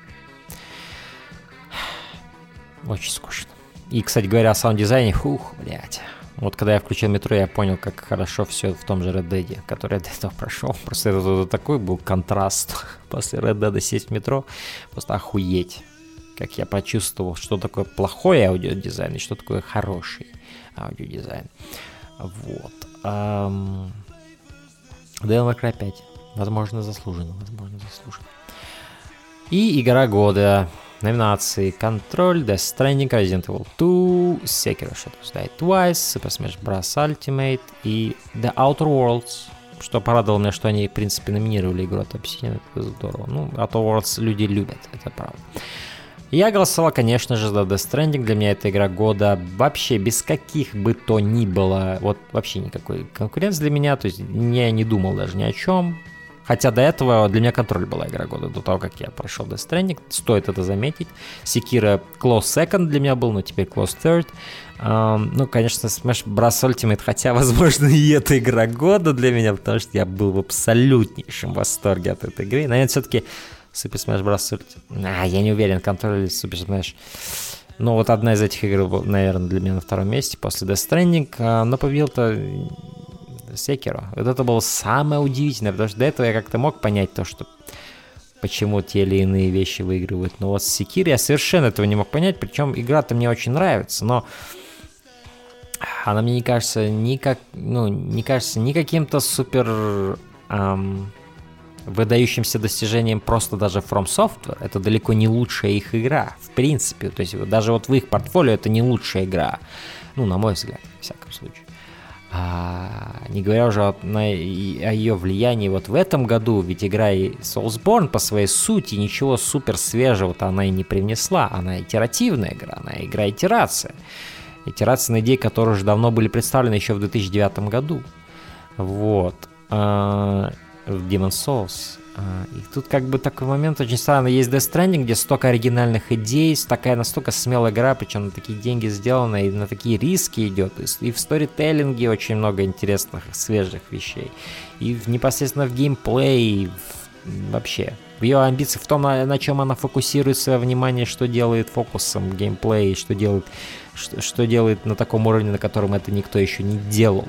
Очень скучно. И, кстати говоря, о саунд-дизайне, фух, блядь. Вот когда я включил Метро, я понял, как хорошо все в том же Red Dead, который я до этого прошел. Просто это, это такой был контраст. После Red Dead сесть в метро, просто охуеть. Как я почувствовал, что такое плохой аудиодизайн и что такое хороший аудиодизайн. Вот. Эм... Devil May Cry пять. Возможно, заслуженно. Возможно, заслуженно. И игра года. Номинации Control, Death Stranding, Resident Evil два, Sekiro Shadows Die Twice, Super Smash Bros. Ultimate и The Outer Worlds. Что порадовало меня, что они, в принципе, номинировали игру от Obsidian. Это здорово. Ну, Outer Worlds люди любят, это правда. Я голосовал, конечно же, за Death Stranding. Для меня эта игра года вообще без каких бы то ни было. Вот вообще никакой конкуренции для меня. То есть я не думал даже ни о чем. Хотя до этого для меня Control была игра года, до того, как я прошел Death Stranding. Стоит это заметить. Sekiro Close Second для меня был, но теперь Close Third. Um, ну, конечно, Smash Bros. Ultimate, хотя, возможно, и эта игра года для меня, потому что я был в абсолютнейшем восторге от этой игры. Наверное, все-таки Super Smash Bros. Ultimate. А, я не уверен, Control или Super Smash. Ну, вот одна из этих игр, наверное, для меня на втором месте после Death Stranding. Но победил-то Sekiro. Вот это было самое удивительное, потому что до этого я как-то мог понять то, что почему те или иные вещи выигрывают. Но вот с Sekiro я совершенно этого не мог понять, причем игра-то мне очень нравится, но она мне не кажется ни как, ну, не кажется ни каким-то супер эм, выдающимся достижением просто даже From Software. Это далеко не лучшая их игра, в принципе. То есть даже вот в их портфолио это не лучшая игра. Ну, на мой взгляд, в всяком случае. А, не говоря уже о, на, о ее влиянии вот в этом году, ведь игра и Soulsborne по своей сути ничего супер свежего-то она и не привнесла. Она итеративная игра, она игра-итерация. Итерации на идеи, которые уже давно были представлены еще в две тысячи девятом году. Вот. А, в Demon's Souls. А, и тут как бы такой момент очень странный. Есть Death Stranding, где столько оригинальных идей, такая настолько смелая игра, причем на такие деньги сделана, и на такие риски идет. И в сторителлинге очень много интересных, свежих вещей. И в, непосредственно в геймплее, и в, вообще. В ее амбиции, в том, на, на чем она фокусирует свое внимание, что делает фокусом геймплей, что делает, что, что делает на таком уровне, на котором это никто еще не делал.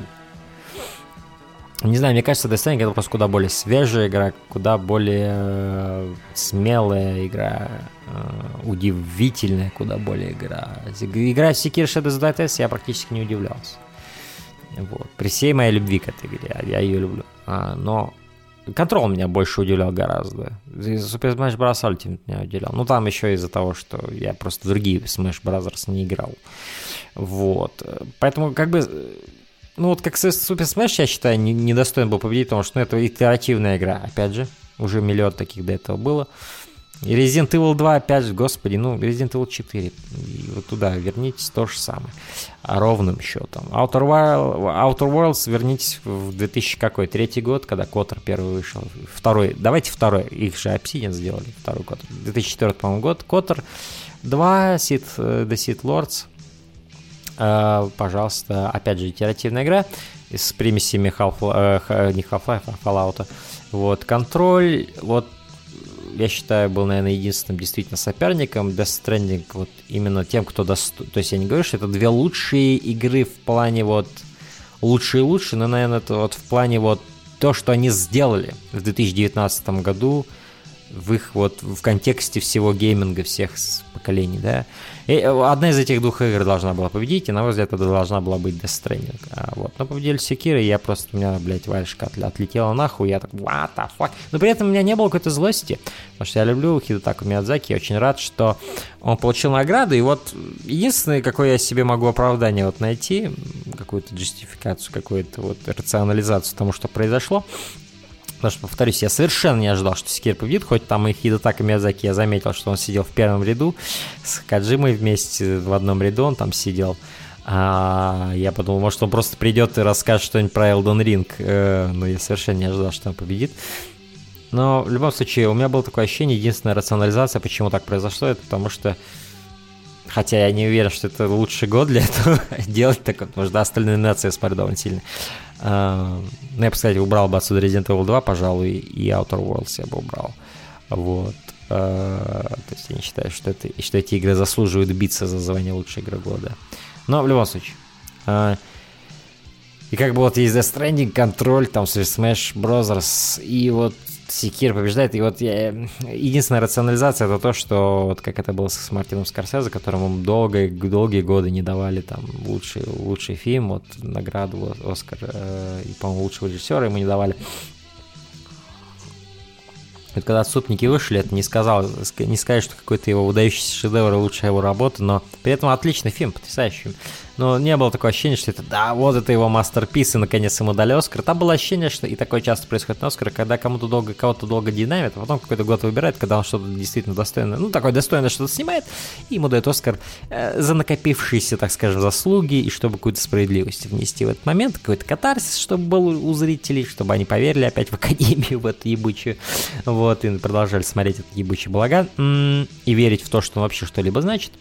Не знаю, мне кажется, Death Stranding это просто куда более свежая игра, куда более э, смелая игра, э, удивительная куда более игра. Играя в Sekiro Shadows Die Twice я практически не удивлялся. Вот. При всей моей любви к этой игре, я ее люблю. А, но Control меня больше удивлял гораздо. Super Smash Bros. Ultimate меня удивлял. Ну, там еще из-за того, что я просто в другие Smash Bros. Не играл. Вот. Поэтому, как бы... Ну, вот как Super Smash, я считаю, недостоин был победить, потому что ну, это итеративная игра. Опять же, уже миллион таких до этого было. И Resident Evil два, опять же, господи, ну, Resident Evil четыре. И вот туда вернитесь, то же самое. А ровным счетом. Outer, Wild, Outer Worlds вернитесь в две тысячи какой? Третий год, когда Котор первый вышел. Второй, давайте второй. Их же Obsidian сделали, второй Котор. две тысячи четвёртый, по-моему, год. Котор два, Seed, The Seed Lords. Uh, пожалуйста, опять же, итеративная игра с примесями Half, uh, не Half-Life, а Fallout. Вот, Контроль, вот, я считаю, был, наверное, единственным действительно соперником. Death Stranding, вот, именно тем, кто достоин. То есть я не говорю, что это две лучшие игры в плане вот лучшие и лучшие, но, наверное, это вот в плане вот то, что они сделали в две тысячи девятнадцатом году в их вот в контексте всего гейминга, всех поколений, да. И одна из этих двух игр должна была победить, и, на мой взгляд, это должна была быть Death Stranding. А, вот. Но победили Sekiro, и я просто, у меня, блядь, варежка отлетела нахуй, я так, what the fuck. Но при этом у меня не было какой-то злости, потому что я люблю Хидетаку Миядзаки, я очень рад, что он получил награду, и вот единственное, какое я себе могу оправдание вот найти, какую-то джастификацию, какую-то вот рационализацию тому, что произошло. Потому что, повторюсь, я совершенно не ожидал, что Sekiro победит, хоть там и Хидетака Миядзаки, я заметил, что он сидел в первом ряду с Коджимой вместе в одном ряду, он там сидел. А, я подумал, может, он просто придет и расскажет что-нибудь про Elden Ring, э, но я совершенно не ожидал, что он победит. Но в любом случае, у меня было такое ощущение, единственная рационализация, почему так произошло, это потому что, хотя я не уверен, что это лучший год для этого делать так, потому что да, остальные номинации я смотрю довольно сильно. Uh, ну, я бы, кстати, убрал бы отсюда Resident Evil два, пожалуй, и Outer Worlds я бы убрал. Вот. Uh, то есть я не считаю, что, это, что эти игры заслуживают биться за звание лучшей игры года. Но в любом случае. Uh, и как бы вот есть Death Stranding, Control, там Smash Bros. И вот Sekiro побеждает. И вот я... единственная рационализация это то, что вот как это было с Мартином Скорсезе, которому долгие, долгие годы не давали там лучший, лучший фильм, вот награду Оскар э, и, по-моему, лучшего режиссера ему не давали. Вот когда «Отступники» вышли, это не сказал, не сказать, что какой-то его выдающийся шедевр и лучшая его работа, но при этом отличный фильм, потрясающий фильм. Но не было такого ощущения, что это, да, вот это его мастерпис, и наконец ему дали Оскар. Там было ощущение, что и такое часто происходит на Оскар, когда кому-то долго, кого-то долго динамит, а потом какой-то год выбирает, когда он что-то действительно достойное, ну, такое достойное что-то снимает, и ему дают Оскар э, за накопившиеся, так скажем, заслуги, и чтобы какую-то справедливость внести в этот момент, какой-то катарсис, чтобы был у зрителей, чтобы они поверили опять в Академию, в эту ебучую, вот, и продолжали смотреть этот ебучий балаган, м-м, и верить в то, что он вообще что-либо значит.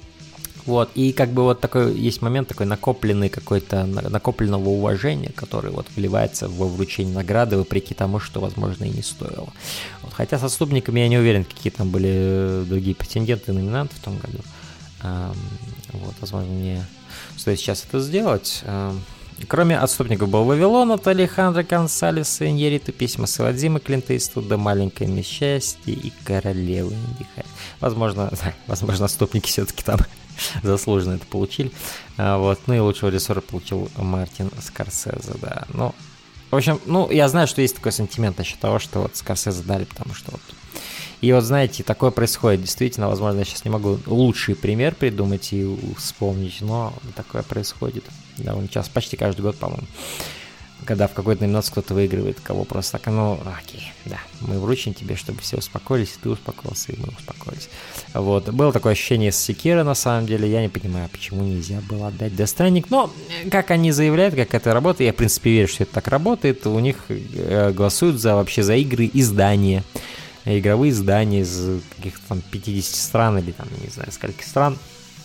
Вот, и как бы вот такой есть момент такой накопленный какой-то, накопленного уважения, который вот вливается во вручение награды, вопреки тому, что, возможно, и не стоило. Вот, хотя с «Отступниками» я не уверен, какие там были другие претенденты и номинанты в том году. Эм, вот, возможно, мне стоит сейчас это сделать. Эм, кроме «Отступников» был «Вавилон» от Алехандро Гонсалеса Иньярриту, «Письма Савадзимы» Клинта Иствуда, «Маленькое несчастье» и «Королева Инди Харри». Возможно, да, возможно, «Отступники» все-таки там заслуженно это получили. А, вот. Ну и лучшего режиссера получил Мартин Скорсезе, да. Ну, в общем, ну, я знаю, что есть такой сентимент насчет того, что вот Скорсезе дали, потому что вот... И вот, знаете, такое происходит. Действительно, возможно, я сейчас не могу лучший пример придумать и вспомнить, но такое происходит довольно часто, почти каждый год, по-моему. Когда в какой-то номинации кто-то выигрывает, кого просто так, ну, окей, да, мы вручим тебе, чтобы все успокоились, и ты успокоился, и мы успокоились. Вот, было такое ощущение с Секиро, на самом деле, я не понимаю, почему нельзя было отдать Death Stranding, но, как они заявляют, как это работает, я, в принципе, верю, что это так работает, у них э, голосуют за, вообще за игры издания, игровые издания из каких-то там пятидесяти стран, или там, не знаю, скольких стран.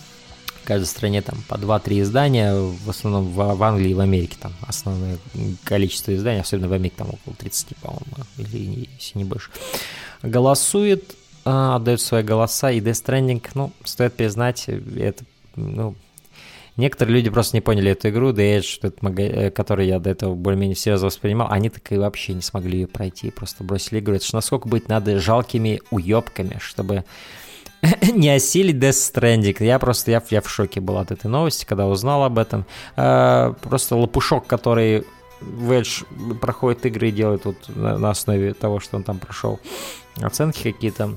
В каждой стране там по два-три издания, в основном в, в Англии и в Америке там основное количество изданий, особенно в Америке там около тридцати, по-моему, или если не больше, голосует, отдают свои голоса, и Death Stranding, ну, стоит признать, это, ну, некоторые люди просто не поняли эту игру, The Edge, что это, который я до этого более-менее серьезно воспринимал, они так и вообще не смогли ее пройти, просто бросили игру. Это ж насколько быть надо жалкими уебками, чтобы не осилить Death Stranding. Я просто, я, я в шоке был от этой новости, когда узнал об этом. А, просто лопушок, который в Edge проходит игры и делает вот на, на основе того, что он там прошел, оценки какие-то,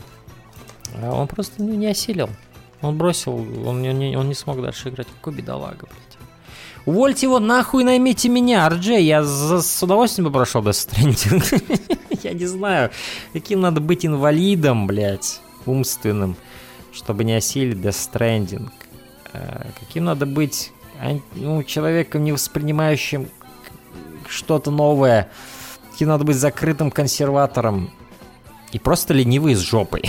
а он просто ну, не осилил. Он бросил, он не, он не смог дальше играть. Какой бедолага, блядь. Увольте его нахуй, наймите меня, ар джей. Я за, с удовольствием бы прошел Death Stranding. Я не знаю, каким надо быть инвалидом, блядь, умственным, чтобы не осилить Death Stranding. Каким надо быть ну, человеком, не воспринимающим что-то новое. Каким надо быть закрытым консерватором. И просто ленивый с жопой.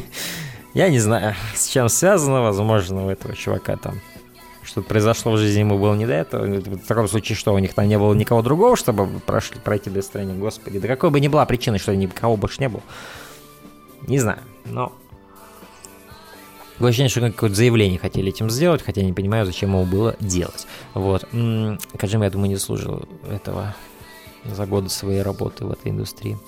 Я не знаю, с чем связано. Возможно, у этого чувака там что-то произошло в жизни, ему было не до этого. В таком случае, что у них там не было никого другого, чтобы прошли, пройти Death Stranding. Господи, да какой бы ни была причина, что никого больше не было. Не знаю, но... Такое ощущение, что какое-то заявление хотели этим сделать, хотя я не понимаю, зачем его было делать. Вот. Коджима, я думаю, не заслужил этого за годы своей работы в этой индустрии.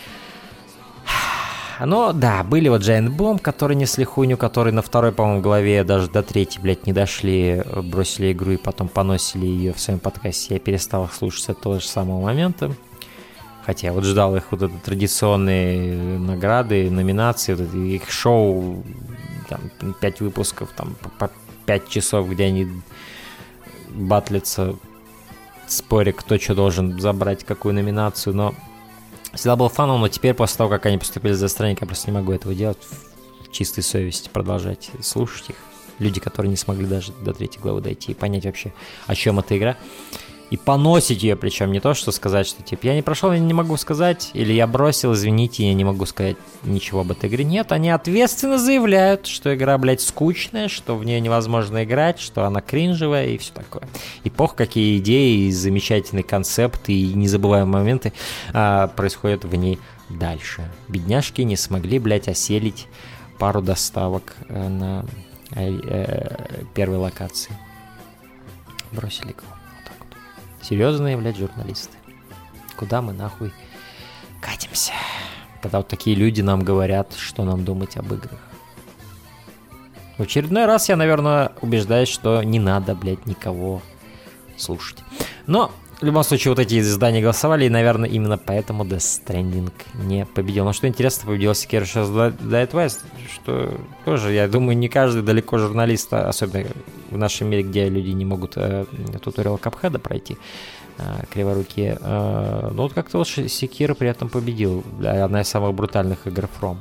Но, да, были вот Giant Bomb, которые несли хуйню, которые на второй, по-моему, главе даже до третьей, блядь, не дошли, бросили игру и потом поносили ее в своем подкасте. Я перестал их слушать с этого же самого момента. Хотя я вот ждал их вот это традиционные награды, номинации, вот это, их шоу, там, пять выпусков, там, по пять часов, где они батлятся, споря, кто что должен забрать, какую номинацию, но всегда был фаном, но теперь, после того, как они поступили за странник, я просто не могу этого делать в чистой совести, продолжать слушать их. Люди, которые не смогли даже до третьей главы дойти и понять вообще, о чем эта игра. И поносить ее, причем не то, что сказать, что типа я не прошел, я не могу сказать, или я бросил, извините, я не могу сказать ничего об этой игре. Нет, они ответственно заявляют, что игра, блядь, скучная, что в нее невозможно играть, что она кринжевая и все такое. И пох, какие идеи, и замечательный концепт, и незабываемые моменты а, происходят в ней дальше. Бедняжки не смогли, блядь, оселить пару доставок а, на а, а, первой локации. Бросили игру. Серьезные, блядь, журналисты. Куда мы нахуй катимся? Когда вот такие люди нам говорят, что нам думать об играх. В очередной раз я, наверное, убеждаюсь, что не надо, блядь, никого слушать. Но в любом случае, вот эти издания голосовали, и, наверное, именно поэтому Death Stranding не победил. Но что интересно, победил Sekiro Shadows Die Twice, что тоже, я думаю, не каждый далеко журналист, особенно в нашем мире, где люди не могут э, туториал Cuphead пройти, э, криворукие. Э, но вот как-то вот Sekiro при этом победил. Одна из самых брутальных игр From.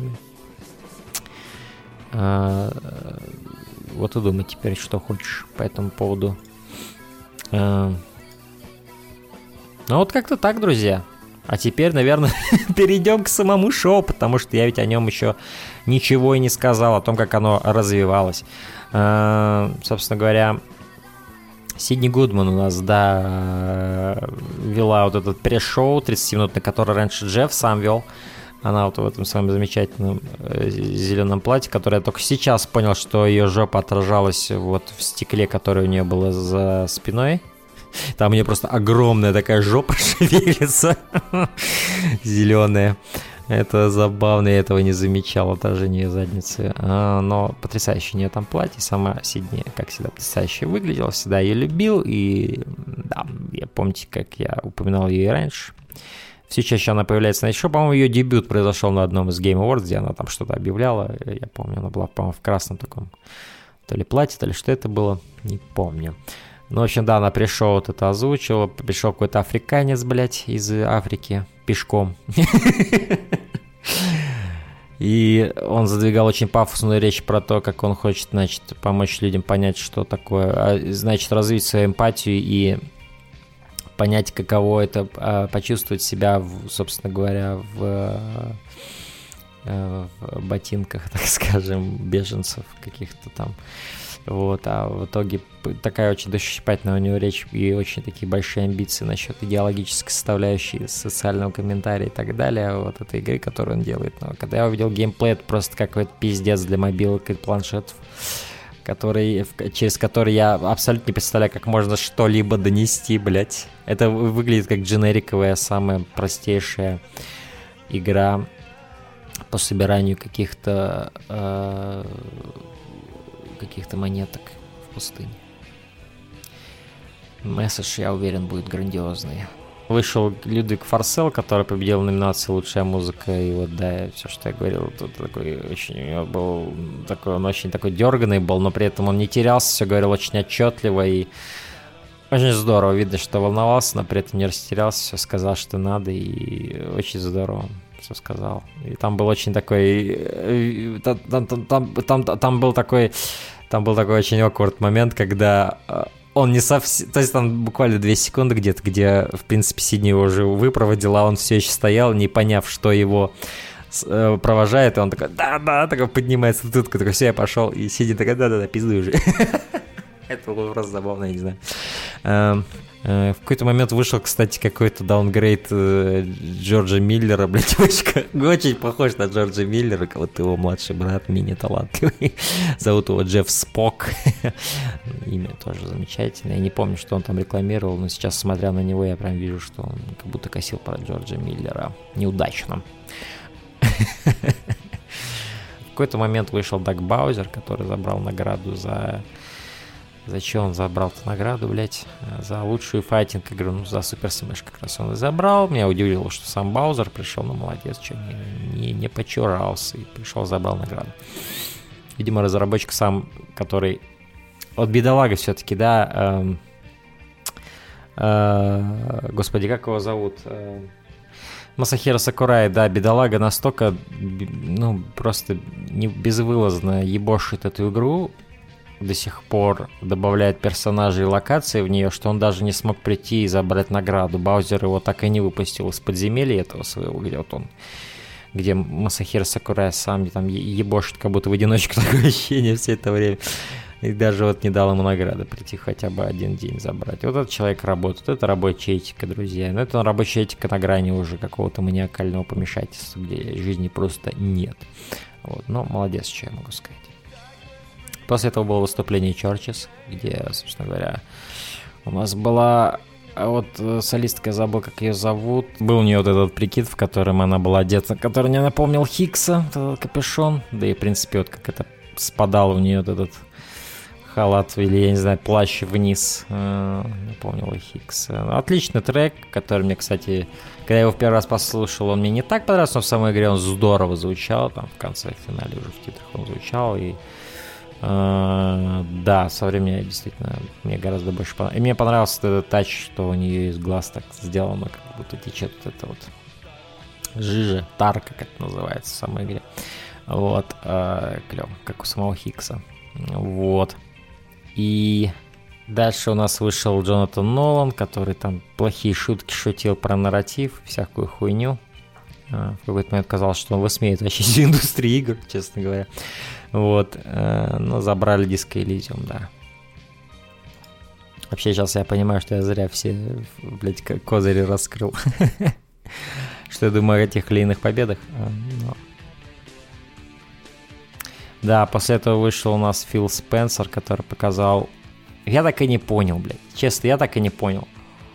Э, вот и думай теперь, что хочешь по этому поводу. Э, Ну вот как-то так, друзья. А теперь, наверное, перейдем к самому шоу, потому что я ведь о нем еще ничего и не сказал, о том, как оно развивалось. Э-э, собственно говоря, Сидни Гудман у нас, да, вела вот этот пресс-шоу тридцать минут, на который раньше Джефф сам вел. Она вот в этом своем замечательном э, зеленом платье, которое я только сейчас понял, что ее жопа отражалась вот в стекле, которое у нее было за спиной. Там у нее просто огромная такая жопа шевелится, зеленая. Это забавно, я этого не замечал, отражение ее задницы. А, но потрясающее у нее там платье, сама Сидни, как всегда, потрясающе выглядела, всегда ее любил. И да, я помните, как я упоминал ее и раньше. Все чаще она появляется на шоу. По-моему, ее дебют произошел на одном из Game Awards, где она там что-то объявляла. Я помню, она была, по-моему, в красном таком то ли платье, то ли что это было, не помню. Ну, в общем, да, она пришел, вот это озвучила. Пришел какой-то африканец, блядь, из Африки пешком. И он задвигал очень пафосную речь про то, как он хочет, значит, помочь людям понять, что такое, значит, развить свою эмпатию и понять, каково это, почувствовать себя, собственно говоря, в, в ботинках, так скажем, беженцев каких-то там. Вот, а в итоге такая очень душещипательная у него речь и очень такие большие амбиции насчет идеологической составляющей, социального комментария и так далее, вот этой игры, которую он делает. Но когда я увидел геймплей, это просто какой-то пиздец для мобилок и планшетов, который, через который я абсолютно не представляю, как можно что-либо донести, блять. Это выглядит как дженериковая, самая простейшая игра по собиранию каких-то... Э- каких-то монеток в пустыне. Месседж, я уверен, будет грандиозный. Вышел Людвиг Форсел, который победил в номинации «Лучшая музыка», и вот, да, все, что я говорил, тут такой очень, у него был такой, он очень такой дерганый был, но при этом он не терялся, все говорил очень отчетливо и очень здорово. Видно, что волновался, но при этом не растерялся, все сказал, что надо, и очень здорово все сказал. И там был очень такой... Там, там, там, там, там был такой... Там был такой очень awkward момент, когда он не совсем... То есть там буквально две секунды где-то, где, в принципе, Сидни его уже выпроводила, а он все еще стоял, не поняв, что его провожает, и он такой, да-да, такой поднимается тут, такой, все, я пошел, и Сидни такой, да-да-да, пиздуй уже. Это было просто забавно, я не знаю. В какой-то момент вышел, кстати, какой-то даунгрейд Джорджа Миллера, блядь, очень, очень похож на Джорджа Миллера, вот его младший брат, мини-талантливый, зовут его Джефф Спок, имя тоже замечательное, я не помню, что он там рекламировал, но сейчас, смотря на него, я прям вижу, что он как будто косил про Джорджа Миллера, неудачно. В какой-то момент вышел Даг Баузер, который забрал награду за... Зачем он забрал-то награду, блять, за лучшую файтинг игру, ну, за Супер Смэш как раз он и забрал. Меня удивило, что сам Баузер пришел, ну, молодец, что не, не, не почурался и пришел, забрал награду. Видимо, разработчик сам, который... Вот бедолага все-таки, да, эм, э, господи, как его зовут? Э, Масахиро Сакурай, да, бедолага настолько, ну, просто не, безвылазно ебошит эту игру, до сих пор добавляет персонажей и локации в нее, что он даже не смог прийти и забрать награду. Баузер его так и не выпустил из подземелья этого своего, где вот он, где Масахиро Сакурай сам там ебошит, как будто в одиночку, такое ощущение все это время. И даже вот не дал ему награды прийти хотя бы один день забрать. Вот этот человек работает, это рабочая этика, друзья. Но это рабочая этика на грани уже какого-то маниакального помешательства, где жизни просто нет. Вот. Но молодец, что я могу сказать. После этого было выступление Churches, где, собственно говоря, у нас была вот солистка, я забыл, как ее зовут. Был у нее вот этот прикид, в котором она была одета, который мне напомнил Хиггса, этот капюшон. Да и, в принципе, вот как это спадал у нее вот этот халат или, я не знаю, плащ вниз. Не помню, Хикс. Отличный трек, который мне, кстати, когда я его в первый раз послушал, он мне не так понравился, но в самой игре он здорово звучал. Там в конце, в финале уже в титрах он звучал. И э, да, со временем действительно мне гораздо больше понравилось. И мне понравился этот тач, что у нее из глаз так сделано, как будто течет вот это вот жижа, тарка, как это называется в самой игре. Вот, э, клево, как у самого Хикса. Вот. И дальше у нас вышел Джонатан Нолан, который там плохие шутки шутил про нарратив, всякую хуйню. В какой-то момент казалось, что он высмеет вообще всю индустрию игр, честно говоря. Вот. Но забрали Disco Elysium, да. Вообще сейчас я понимаю, что я зря все, блядь, козыри раскрыл. Что я думаю о этих или иных победах. Да, после этого вышел у нас Фил Спенсер, который показал... Я так и не понял, блядь. Честно, я так и не понял.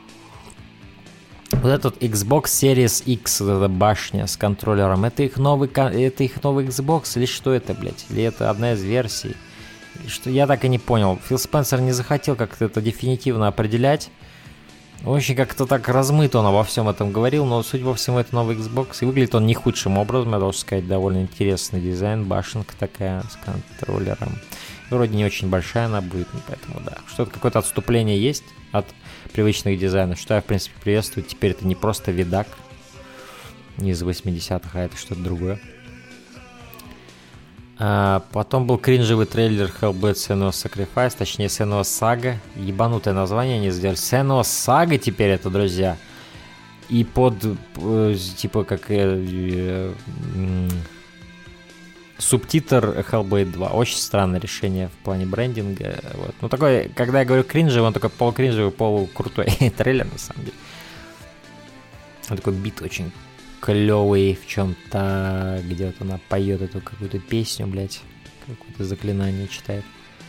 Вот этот Xbox Series X, вот эта башня с контроллером, это их новый, это их новый Xbox или что это, блядь? Или это одна из версий? Что я так и не понял. Фил Спенсер не захотел как-то это дефинитивно определять. Очень как-то так размыто он обо всем этом говорил, но суть во всем это новый Xbox. И выглядит он не худшим образом, я должен сказать, довольно интересный дизайн, башенка такая с контроллером. Вроде не очень большая она будет, поэтому да. Что-то, какое-то отступление есть от привычных дизайнов, что я, в принципе, приветствую. Теперь это не просто видак не из восьмидесятых, а это что-то другое. А потом был кринжевый трейлер Hellblade Senua's Sacrifice, точнее Senua's Saga. Ебанутое название они сделали. Senua's Saga теперь это, друзья. И под, типа, как э, э, э, субтитр Hellblade два. Очень странное решение в плане брендинга. Вот. Ну, такой, когда я говорю кринжевый, он такой полукринжевый, полукрутой трейлер, на самом деле. Он такой бит очень клевый в чем-то, где вот она поет эту какую-то песню, блять, какое-то заклинание читает.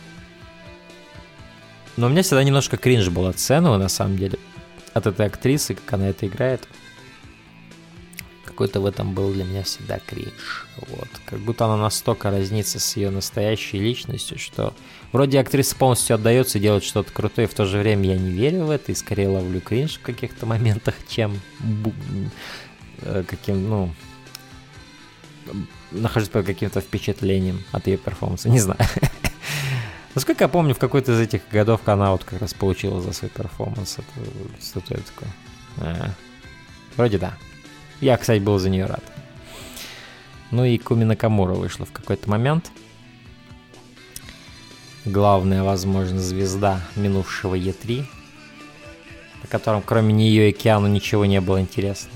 Но у меня всегда немножко кринж был от Сенуа, на самом деле, от этой актрисы, как она это играет. Какой-то в этом был для меня всегда кринж. Вот. Как будто она настолько разнится с ее настоящей личностью, что вроде актриса полностью отдается и делает что-то крутое, в то же время я не верю в это и скорее ловлю кринж в каких-то моментах, чем каким, ну, нахожусь под каким-то впечатлением от ее перформанса, не знаю. Насколько я помню, в какой-то из этих годов она вот как раз получила за свой перформанс эту статуэтку. А, вроде да. Я, кстати, был за нее рад. Ну и Куми Накамура вышла в какой-то момент. Главная, возможно, звезда минувшего и три, на котором кроме нее и Киану ничего не было интересного.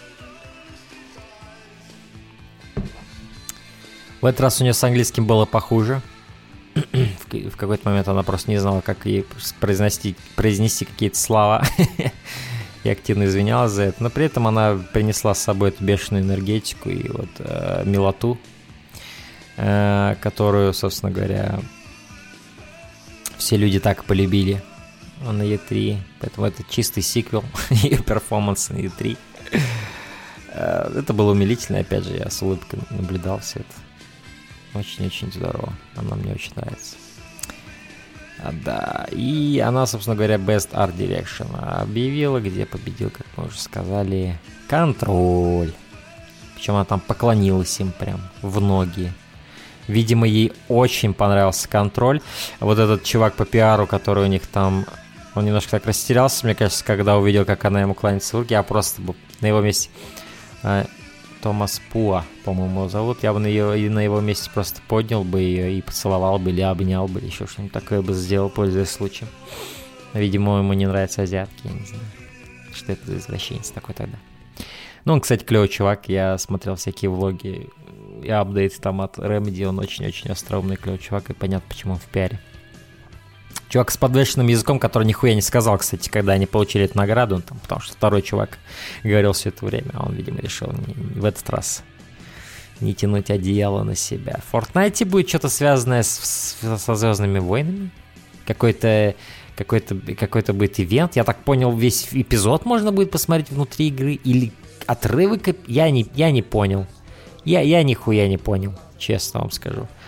В этот раз у нее с английским было похуже. В, в какой-то момент она просто не знала, как ей произнести, произнести какие-то слова. И активно извинялась за это. Но при этом она принесла с собой эту бешеную энергетику и вот э, милоту, э, которую, собственно говоря, все люди так полюбили на и три. Поэтому это чистый сиквел ее перформанса на и три. э, это было умилительно. Опять же, я с улыбкой наблюдал все это. Очень-очень здорово. Она мне очень нравится. А, да. И она, собственно говоря, Best Art Direction объявила, где победил, как мы уже сказали, Контроль. Причем она там поклонилась им прям в ноги. Видимо, ей очень понравился Контроль. Вот этот чувак по пиару, который у них там... Он немножко так растерялся, мне кажется, когда увидел, как она ему кланяется в руки. Я просто бы на его месте... Томас Пуа, по-моему, его зовут. Я бы на, ее, на его месте просто поднял бы ее и поцеловал бы, или обнял бы, или еще что-нибудь такое бы сделал, пользуясь случаем. Видимо, ему не нравятся азиатки, я не знаю. Что это за извращенец такой тогда. Ну, он, кстати, клевый чувак. Я смотрел всякие влоги и апдейты там от Remedy. Он очень-очень остроумный, клевый чувак, и понятно, почему он в пиаре. Чувак с подвешенным языком, который нихуя не сказал, кстати, когда они получили эту награду, там, потому что второй чувак говорил все это время, а он, видимо, решил не, в этот раз не тянуть одеяло на себя. В Fortnite будет что-то связанное с, с, со Звездными войнами? Какой-то, какой-то, какой-то будет ивент? Я так понял, весь эпизод можно будет посмотреть внутри игры? Или отрывок? Я не, я не понял. Я, я нихуя не понял, честно вам скажу.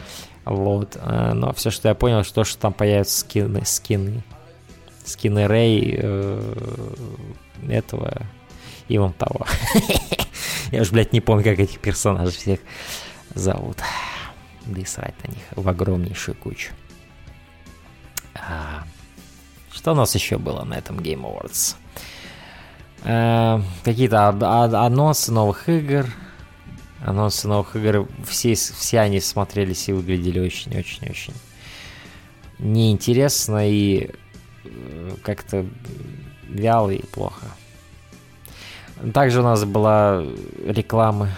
Вот. Но все, что я понял, что, что там появятся скины, скины. Скины Рэй, э, этого и вон того. Я уж, блядь, не помню, как этих персонажей всех зовут. Да и срать на них в огромнейшую кучу. А, что у нас еще было на этом Game Awards? А, какие-то анонсы новых игр. Анонсы новых игр, все, все они смотрелись и выглядели очень-очень-очень неинтересно и как-то вяло и плохо. Также у нас была реклама,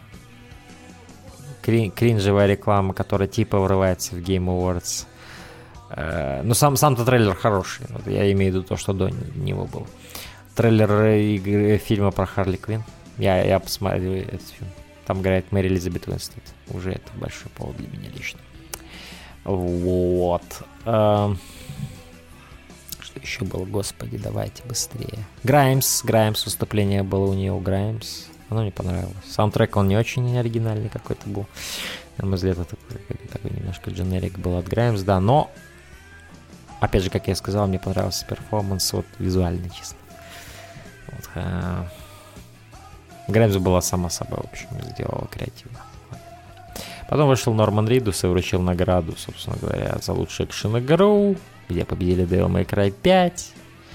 крин, кринжевая реклама, которая типа врывается в Game Awards. Э, ну, сам, сам-то трейлер хороший, вот я имею в виду то, что до него был. Трейлер игры, фильма про Харли Квинн. Я, я посмотрел этот фильм. Там играет Мэри Элизабет Уинстед. Уже это большой повод для меня лично. Вот. Эм... Что еще было? Господи, давайте быстрее. Граймс. Граймс. Выступление было у нее. Граймс. Оно мне понравилось. Саундтрек, он не очень оригинальный какой-то был. На мой взгляд, это такой, такой немножко дженерик был от Граймс, да. Но, опять же, как я сказал, мне понравился перформанс. Вот визуально чисто. Вот. Э... Граймс была сама собой, в общем, сделала креативно. Потом вышел Норман Ридус и вручил награду, собственно говоря, за лучшую экшен-игру, где победили Devil May Cry пять.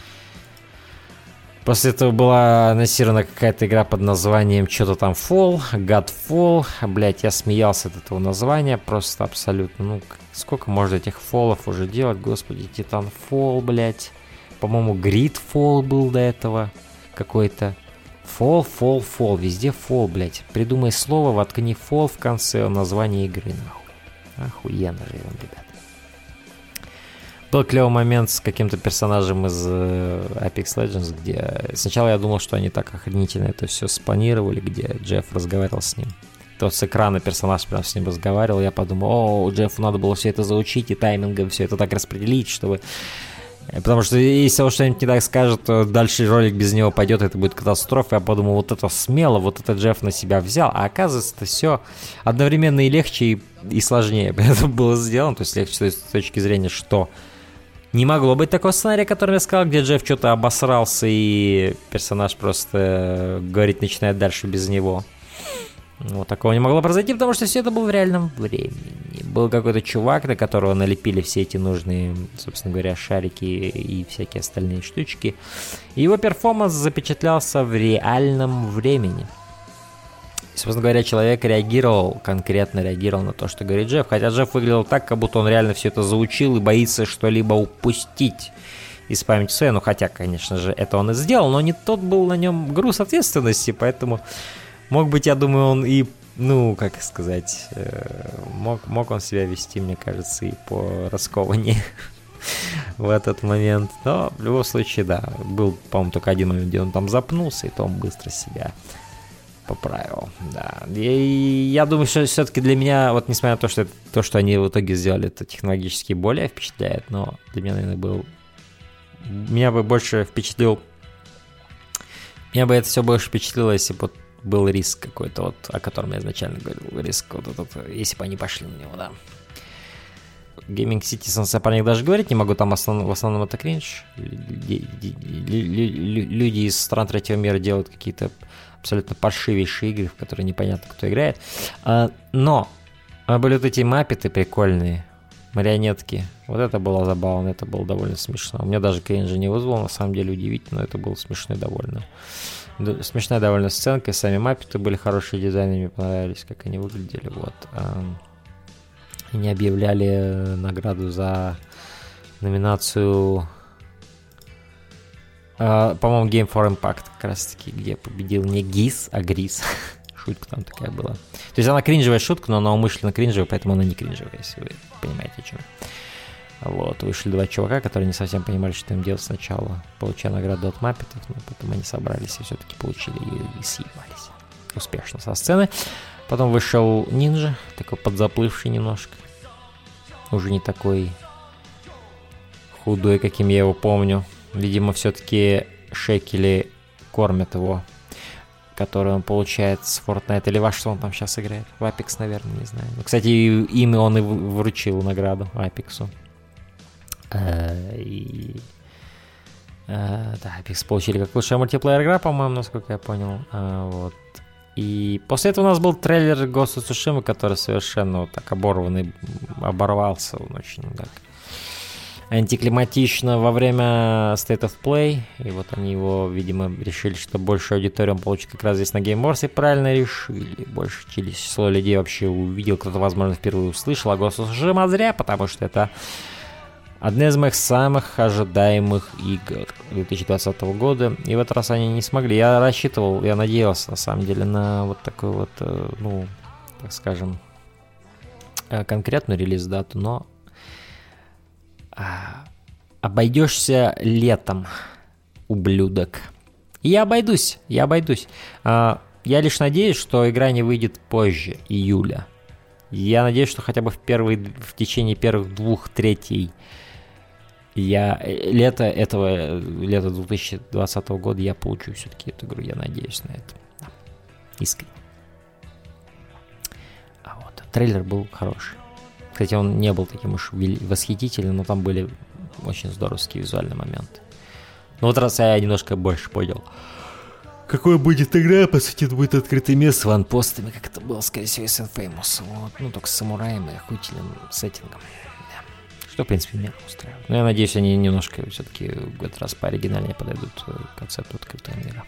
После этого была анонсирована какая-то игра под названием что-то там Fall, Godfall. Блять, я смеялся от этого названия, просто абсолютно. Ну, сколько можно этих фоллов уже делать, господи, Titanfall, блять. По-моему, Gridfall был до этого какой-то. Fall, fall, fall. Везде fall, блядь. Придумай слово, воткни fall в конце названия игры, нахуй. Охуенно же, ребят. Был клевый момент с каким-то персонажем из uh, Apex Legends, где сначала я думал, что они так охренительно это все спланировали, где Джефф разговаривал с ним. Тот с экрана персонаж прям с ним разговаривал. Я подумал, о, Джеффу надо было все это заучить и таймингом все это так распределить, чтобы... Потому что если он что-нибудь не так скажет, то дальше ролик без него пойдет, это будет катастрофа. Я подумал, вот это смело, вот это Джефф на себя взял. А оказывается, это все одновременно и легче, и, и сложнее это было сделано. То есть легче с точки зрения, что не могло быть такого сценария, который я сказал, где Джефф что-то обосрался, и персонаж просто говорить начинает дальше без него. Вот такого не могло произойти, потому что все это было в реальном времени. Был какой-то чувак, на которого налепили все эти нужные, собственно говоря, шарики и всякие остальные штучки. И его перформанс запечатлялся в реальном времени. И, собственно говоря, человек реагировал, конкретно реагировал на то, что говорит Джефф. Хотя Джефф выглядел так, как будто он реально все это заучил и боится что-либо упустить из памяти своей. Ну, хотя, конечно же, это он и сделал, но не тот был на нем груз ответственности, поэтому... Мог быть, я думаю, он и, ну, как сказать, мог, мог он себя вести, мне кажется, и по раскованнее в этот момент. Но в любом случае, да, был, по-моему, только один момент, где он там запнулся, и то он быстро себя поправил. Да. И я думаю, что все-таки для меня, вот несмотря на то, что это, то, что они в итоге сделали, это технологически более впечатляет, но для меня, наверное, был... Меня бы больше впечатлил... Меня бы это все больше впечатлило, если бы был риск какой-то, вот, о котором я изначально говорил. Риск, вот этот, если бы они пошли на него, да. Gaming Citizens я про них даже говорить не могу, там основ, в основном это кринж. Люди из стран третьего мира делают какие-то абсолютно паршивейшие игры, в которые непонятно, кто играет. Но были вот эти маппеты прикольные, марионетки. Вот это было забавно, это было довольно смешно. У меня даже кринжа не вызвало, на самом деле удивительно, но это было смешно и довольно. Смешная довольно сценка, сами маппеты были хорошие дизайны, мне понравились, как они выглядели, вот. Они объявляли награду за номинацию, по-моему, Game for Impact, как раз таки, где победил не Гиз, а Гриз. Шутка там такая была. То есть она кринжевая шутка, но она умышленно кринжевая, поэтому она не кринжевая, если вы понимаете, о чем. Вот, вышли два чувака, которые не совсем понимали, что им делать сначала, получая награду от маппетов, но потом они собрались и все-таки получили и, и съебались успешно со сцены. Потом вышел Нинджа, такой подзаплывший немножко, уже не такой худой, каким я его помню. Видимо, все-таки шекели кормят его. который он получает с Fortnite, или во что он там сейчас играет? В Apex, наверное, не знаю. Ну, кстати, им он и вручил награду Апексу. И... Да, Apex получили как лучшая мультиплеер игра, по-моему, насколько я понял. Вот. И после этого у нас был трейлер Ghost of Tsushima, который совершенно вот так оборванный, оборвался. Он очень так антиклиматично во время State of Play. И вот они его, видимо, решили, что большую аудиторию он получит как раз здесь на Game Awards. И правильно решили. Больше число людей вообще увидел. Кто-то, возможно, впервые услышал. А Ghost of Tsushima зря, потому что это одна из моих самых ожидаемых игр две тысячи двадцатого года. И в этот раз они не смогли. Я рассчитывал, я надеялся, на самом деле, на вот такую вот, ну, так скажем, конкретную релиз-дату, но обойдешься летом, ублюдок. И я обойдусь, я обойдусь. Я лишь надеюсь, что игра не выйдет позже июля. Я надеюсь, что хотя бы в, первый, в течение первых двух третей я, лето этого, лето две тысячи двадцатого года я получу все-таки эту игру. Я надеюсь на это. Да. Искренне. А вот, трейлер был хороший. Кстати, он не был таким уж восхитительным, но там были очень здоровские визуальные моменты. Но вот раз я немножко больше понял, какой будет игра, по сути, это будет открытый мир с ванпостами, как это было, скорее всего, из Infamous. Вот. Ну, только с самураем и охуительным сеттингом. Да. Что, в принципе, меня устраивает. Но я надеюсь, они немножко все-таки в этот раз пооригинальнее подойдут к концепту открытого мира.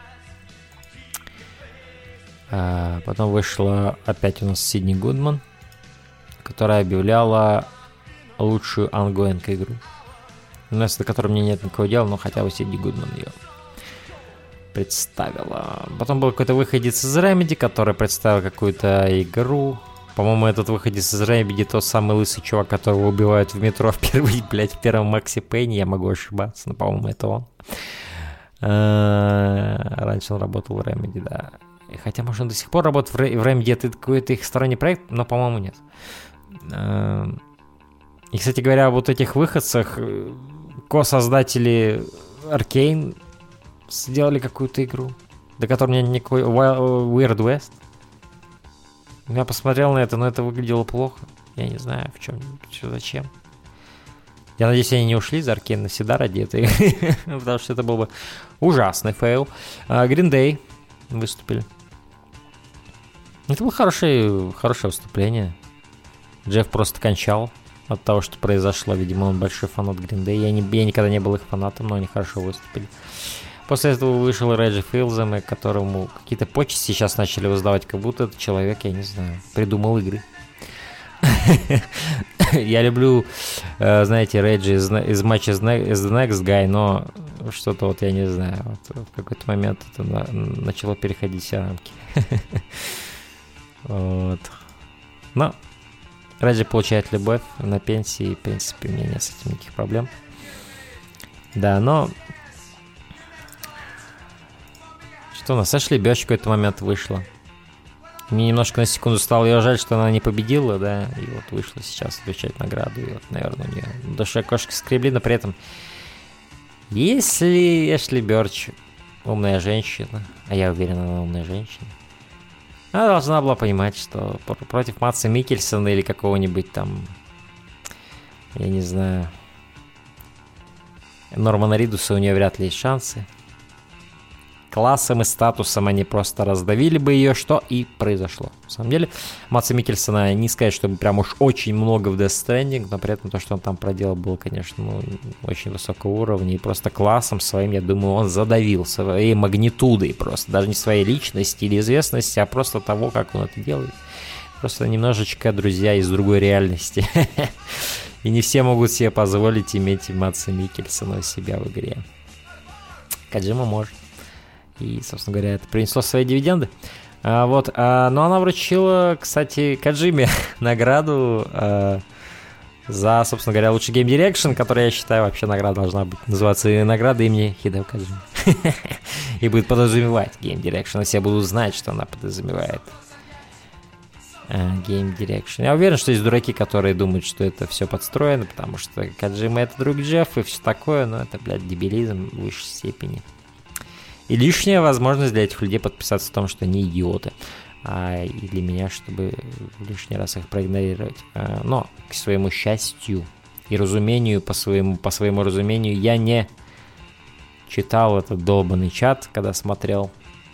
А потом вышла опять у нас Сидни Гудман, которая объявляла лучшую ongoing игру. У нас, до которой мне нет никакого дела, но хотя бы Сидни Гудман ее представила. Потом был какой-то выходец из Remedy, который представил какую-то игру. По-моему, этот выходец из Remedy тот самый лысый чувак, которого убивают в метро впервые, блядь, в первом Макси Пейне. Я могу ошибаться, но, по-моему, это он. Раньше он работал в Remedy, да. Хотя, может, он до сих пор работает в Remedy. Это какой-то их сторонний проект, но, по-моему, нет. И, кстати говоря, об вот этих выходцах, ко-создатели Arcane сделали какую-то игру, до которой у меня никакой Weird West. Я посмотрел на это, но это выглядело плохо. Я не знаю, в чем, что, зачем. Я надеюсь, они не ушли из Arcane навсегда ради этой игры, потому что это был бы ужасный фейл. Green Day выступили. Это было хорошее, хорошее выступление. Джефф просто кончал от того, что произошло. Видимо, он большой фанат Green Day. Я, не, я никогда не был их фанатом, но они хорошо выступили. После этого вышел Реджи Филзем, которому какие-то почести сейчас начали воздавать, как будто этот человек, я не знаю, придумал игры. Я люблю, знаете, Реджи из матча is the next guy, но что-то вот, я не знаю, вот в какой-то момент это начало переходить все рамки. Вот. Но Реджи получает любовь на пенсии, в принципе, у меня нет с этим никаких проблем. Да, но... Что у нас? Сошли Бёрч в какой-то момент вышла. Мне немножко на секунду стало ее жаль, что она не победила, да, и вот вышла сейчас отвечать награду, и вот, наверное, у нее в душе кошки скребли, но при этом, если Эшли Бёрч умная женщина, а я уверен, она умная женщина, она должна была понимать, что против Матса Миккельсона или какого-нибудь там, я не знаю, Нормана Ридуса у нее вряд ли есть шансы. Классом и статусом они просто раздавили бы ее, что и произошло. На самом деле, Матса Миккельсона не сказать, чтобы прям уж очень много в Death Stranding, но при этом то, что он там проделал, было, конечно, ну, очень высокого уровня. И просто классом своим, я думаю, он задавил своей магнитудой просто. Даже не своей личности или известности, а просто того, как он это делает. Просто немножечко, друзья, из другой реальности. И не все могут себе позволить иметь Матса Миккельсона у себя в игре. Коджима может. И, собственно говоря, это принесло свои дивиденды. А, вот, а, но она вручила, кстати, Коджиме награду а, за, собственно говоря, лучший Game Direction, который, я считаю, вообще награда должна быть называться награда имени Хидео Коджимы. И будет подразумевать Game Direction. Все будут знать, что она подразумевает Game Direction. Я уверен, что есть дураки, которые думают, что это все подстроено, потому что Коджима — это друг Джефф и все такое, но это, блядь, дебилизм в высшей степени. И лишняя возможность для этих людей подписаться в том, что они идиоты. А, и для меня, чтобы лишний раз их проигнорировать. А, но, к своему счастью и разумению, по своему, по своему разумению, я не читал этот долбанный чат, когда смотрел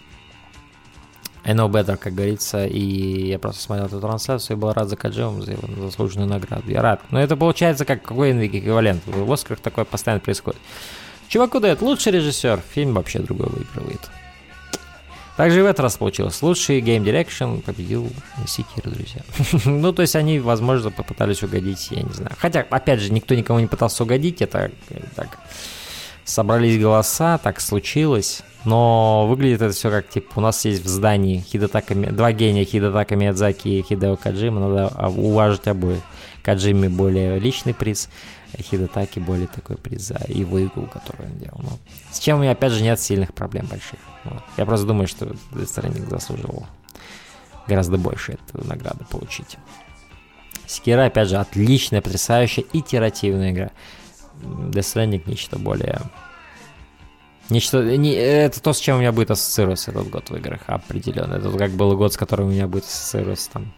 I know better, как говорится, и я просто смотрел эту трансляцию и был рад за Коджиму, за его заслуженную награду. Я рад. Но это получается как какой-нибудь эквивалент. В Оскарах такое постоянно происходит. Чуваку дает лучший режиссер, фильм вообще другой выигрывает. Также и в этот раз получилось. Лучший Game Direction победил Секиро, друзья. Ну, то есть они, возможно, попытались угодить, я не знаю. Хотя, опять же, никто никому не пытался угодить, это так... Собрались голоса, так случилось, но выглядит это все как, типа, у нас есть в здании Хидетака, два гения, Хидетака Миядзаки и Хидео Коджима, надо уважить обоих. Коджиме более личный приз, Хидетаки более такой приз за его игру, которую он делал. Но с чем у меня, опять же, нет сильных проблем больших. Вот. Я просто думаю, что Death Stranding заслуживал гораздо больше эту награду получить. Sekiro, опять же, отличная, потрясающая, итеративная игра. Death Stranding нечто более... Нечто... Не... Это то, с чем у меня будет ассоциироваться этот год в играх, определенно. Это как был год, с которым у меня будет ассоциироваться там...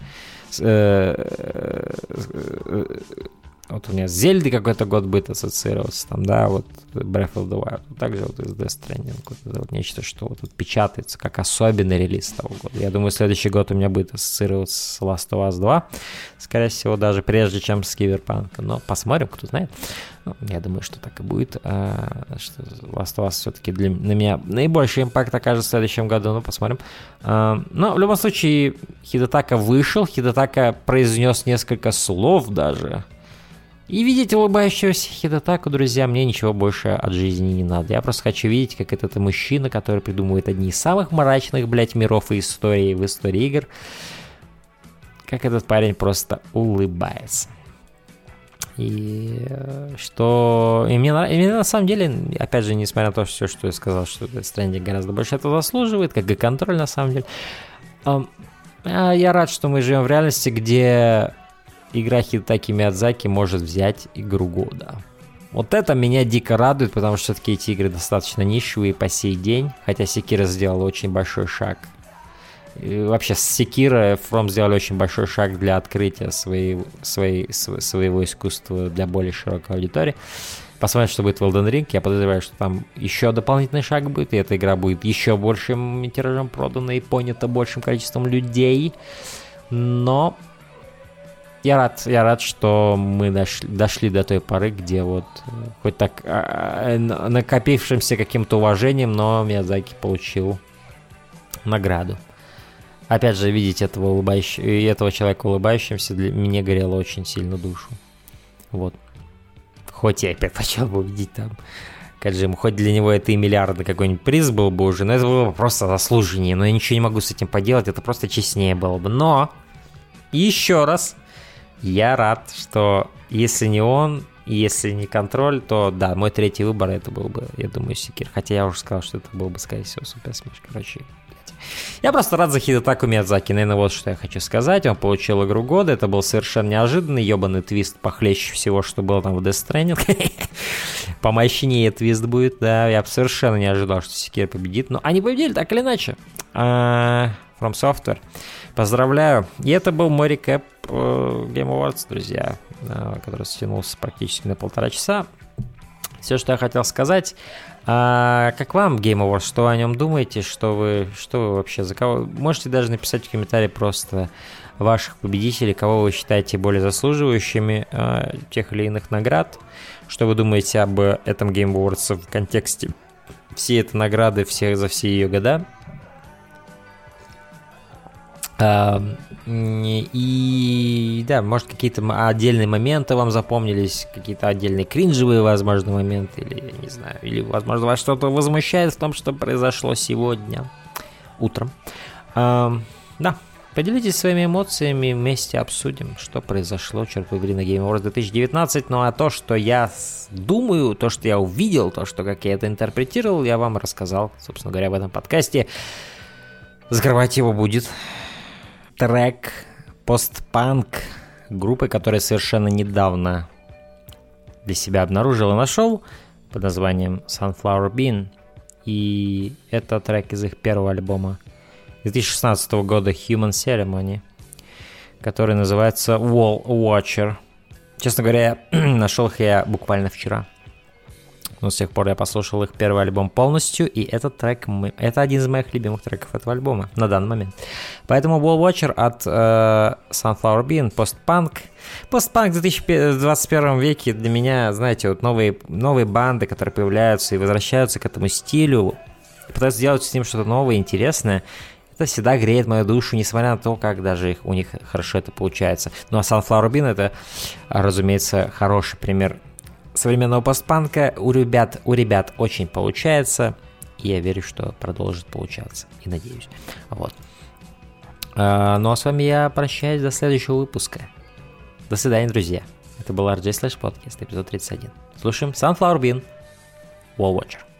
Вот у меня с Зельдой какой-то год будет ассоциироваться, там, да, вот Breath of the Wild. Также вот из Death Stranding. Вот, это вот нечто, что вот тут печатается, как особенный релиз того года. Я думаю, следующий год у меня будет ассоциироваться с Last of Us два. Скорее всего, даже прежде, чем с Cyberpunk. Но посмотрим, кто знает. Ну, я думаю, что так и будет. А, что Last of Us все-таки для, на меня наибольший импакт окажет в следующем году. Ну, посмотрим. А, но в любом случае, Хидетака вышел. Хидетака произнес несколько слов даже. И видеть улыбающегося Хидетаку, друзья, мне ничего больше от жизни не надо. Я просто хочу видеть, как этот мужчина, который придумывает одни из самых мрачных, блядь, миров и историй в истории игр, как этот парень просто улыбается. И что... И мне, и мне на самом деле, опять же, несмотря на то, все, что я сказал, что Death Stranding гораздо больше этого заслуживает, как и контроль, на самом деле. Я рад, что мы живем в реальности, где... игра Хидетаки Миядзаки может взять игру года. Вот это меня дико радует, потому что все-таки эти игры достаточно нишевые по сей день. Хотя Sekiro сделал очень большой шаг. И вообще с Sekiro From сделали очень большой шаг для открытия своей, своей, своего искусства для более широкой аудитории. Посмотрим, что будет в Elden Ring. Я подозреваю, что там еще дополнительный шаг будет, и эта игра будет еще большим тиражом продана и понята большим количеством людей. Но... Я рад, я рад, что мы дошли, дошли до той поры, где вот хоть так а, накопившимся каким-то уважением, но Миядзаки получил награду. Опять же, видеть этого, улыбающего, этого человека улыбающимся для меня грело очень сильно душу. Вот. Хоть я опять хотел бы увидеть там Коджиму, хоть для него это и миллиардный какой-нибудь приз был бы уже, но это было бы просто заслуженнее, но я ничего не могу с этим поделать, это просто честнее было бы. Но еще раз... Я рад, что если не он, и если не контроль, то да, мой третий выбор это был бы, я думаю, Sekiro. Хотя я уже сказал, что это был бы, скорее всего, Super Smash. Короче, я просто рад за Хидетаку Миядзаки. Наверное, вот что я хочу сказать. Он получил игру года. Это был совершенно неожиданный ебаный твист похлеще всего, что было там в Death Stranding. Помощнее твист будет, да. Я совершенно не ожидал, что Sekiro победит. Но они победили так или иначе. From Software. Поздравляю. И это был мой рекэп Game Awards, друзья, который стянулся практически на полтора часа. Все, что я хотел сказать. А как вам Game Awards? Что вы о нем думаете? Что вы, что вы вообще за кого? Можете даже написать в комментарии просто ваших победителей, кого вы считаете более заслуживающими а, тех или иных наград. Что вы думаете об этом Game Awards в контексте всей этой награды все, за все ее года? Uh, и да, может, какие-то отдельные моменты вам запомнились, какие-то отдельные кринжевые, возможно, моменты, или, я не знаю, или, возможно, вас что-то возмущает в том, что произошло сегодня утром. Uh, да, поделитесь своими эмоциями, вместе обсудим, что произошло, черт побери, на Game Awards две тысячи девятнадцать. Ну а то, что я думаю, то, что я увидел, то, что как я это интерпретировал, я вам рассказал, собственно говоря, в этом подкасте. Закрывать его будет трек постпанк группы, которую совершенно недавно для себя обнаружил и нашел под названием Sunflower Bean. И это трек из их первого альбома две тысячи шестнадцатого года Human Ceremony, который называется Wall Watcher. Честно говоря, нашел их я буквально вчера. Но с тех пор я послушал их первый альбом полностью, и этот трек, мы... это один из моих любимых треков этого альбома на данный момент. Поэтому Wall Watcher от э, Sunflower Bean, постпанк. Постпанк в две тысячи двадцать первом веке для меня, знаете, вот новые, новые банды, которые появляются и возвращаются к этому стилю, пытаются сделать с ним что-то новое, интересное. Это всегда греет мою душу, несмотря на то, как даже их, у них хорошо это получается. Ну а Sunflower Bean — это, разумеется, хороший пример современного постпанка. У ребят, у ребят очень получается, и я верю, что продолжит получаться, и надеюсь. Вот. А, ну а с вами я прощаюсь до следующего выпуска. До свидания, друзья. Это был ар джей Slash Podcast, эпизод тридцать один. Слушаем Sunflower Bean, Wall Watcher.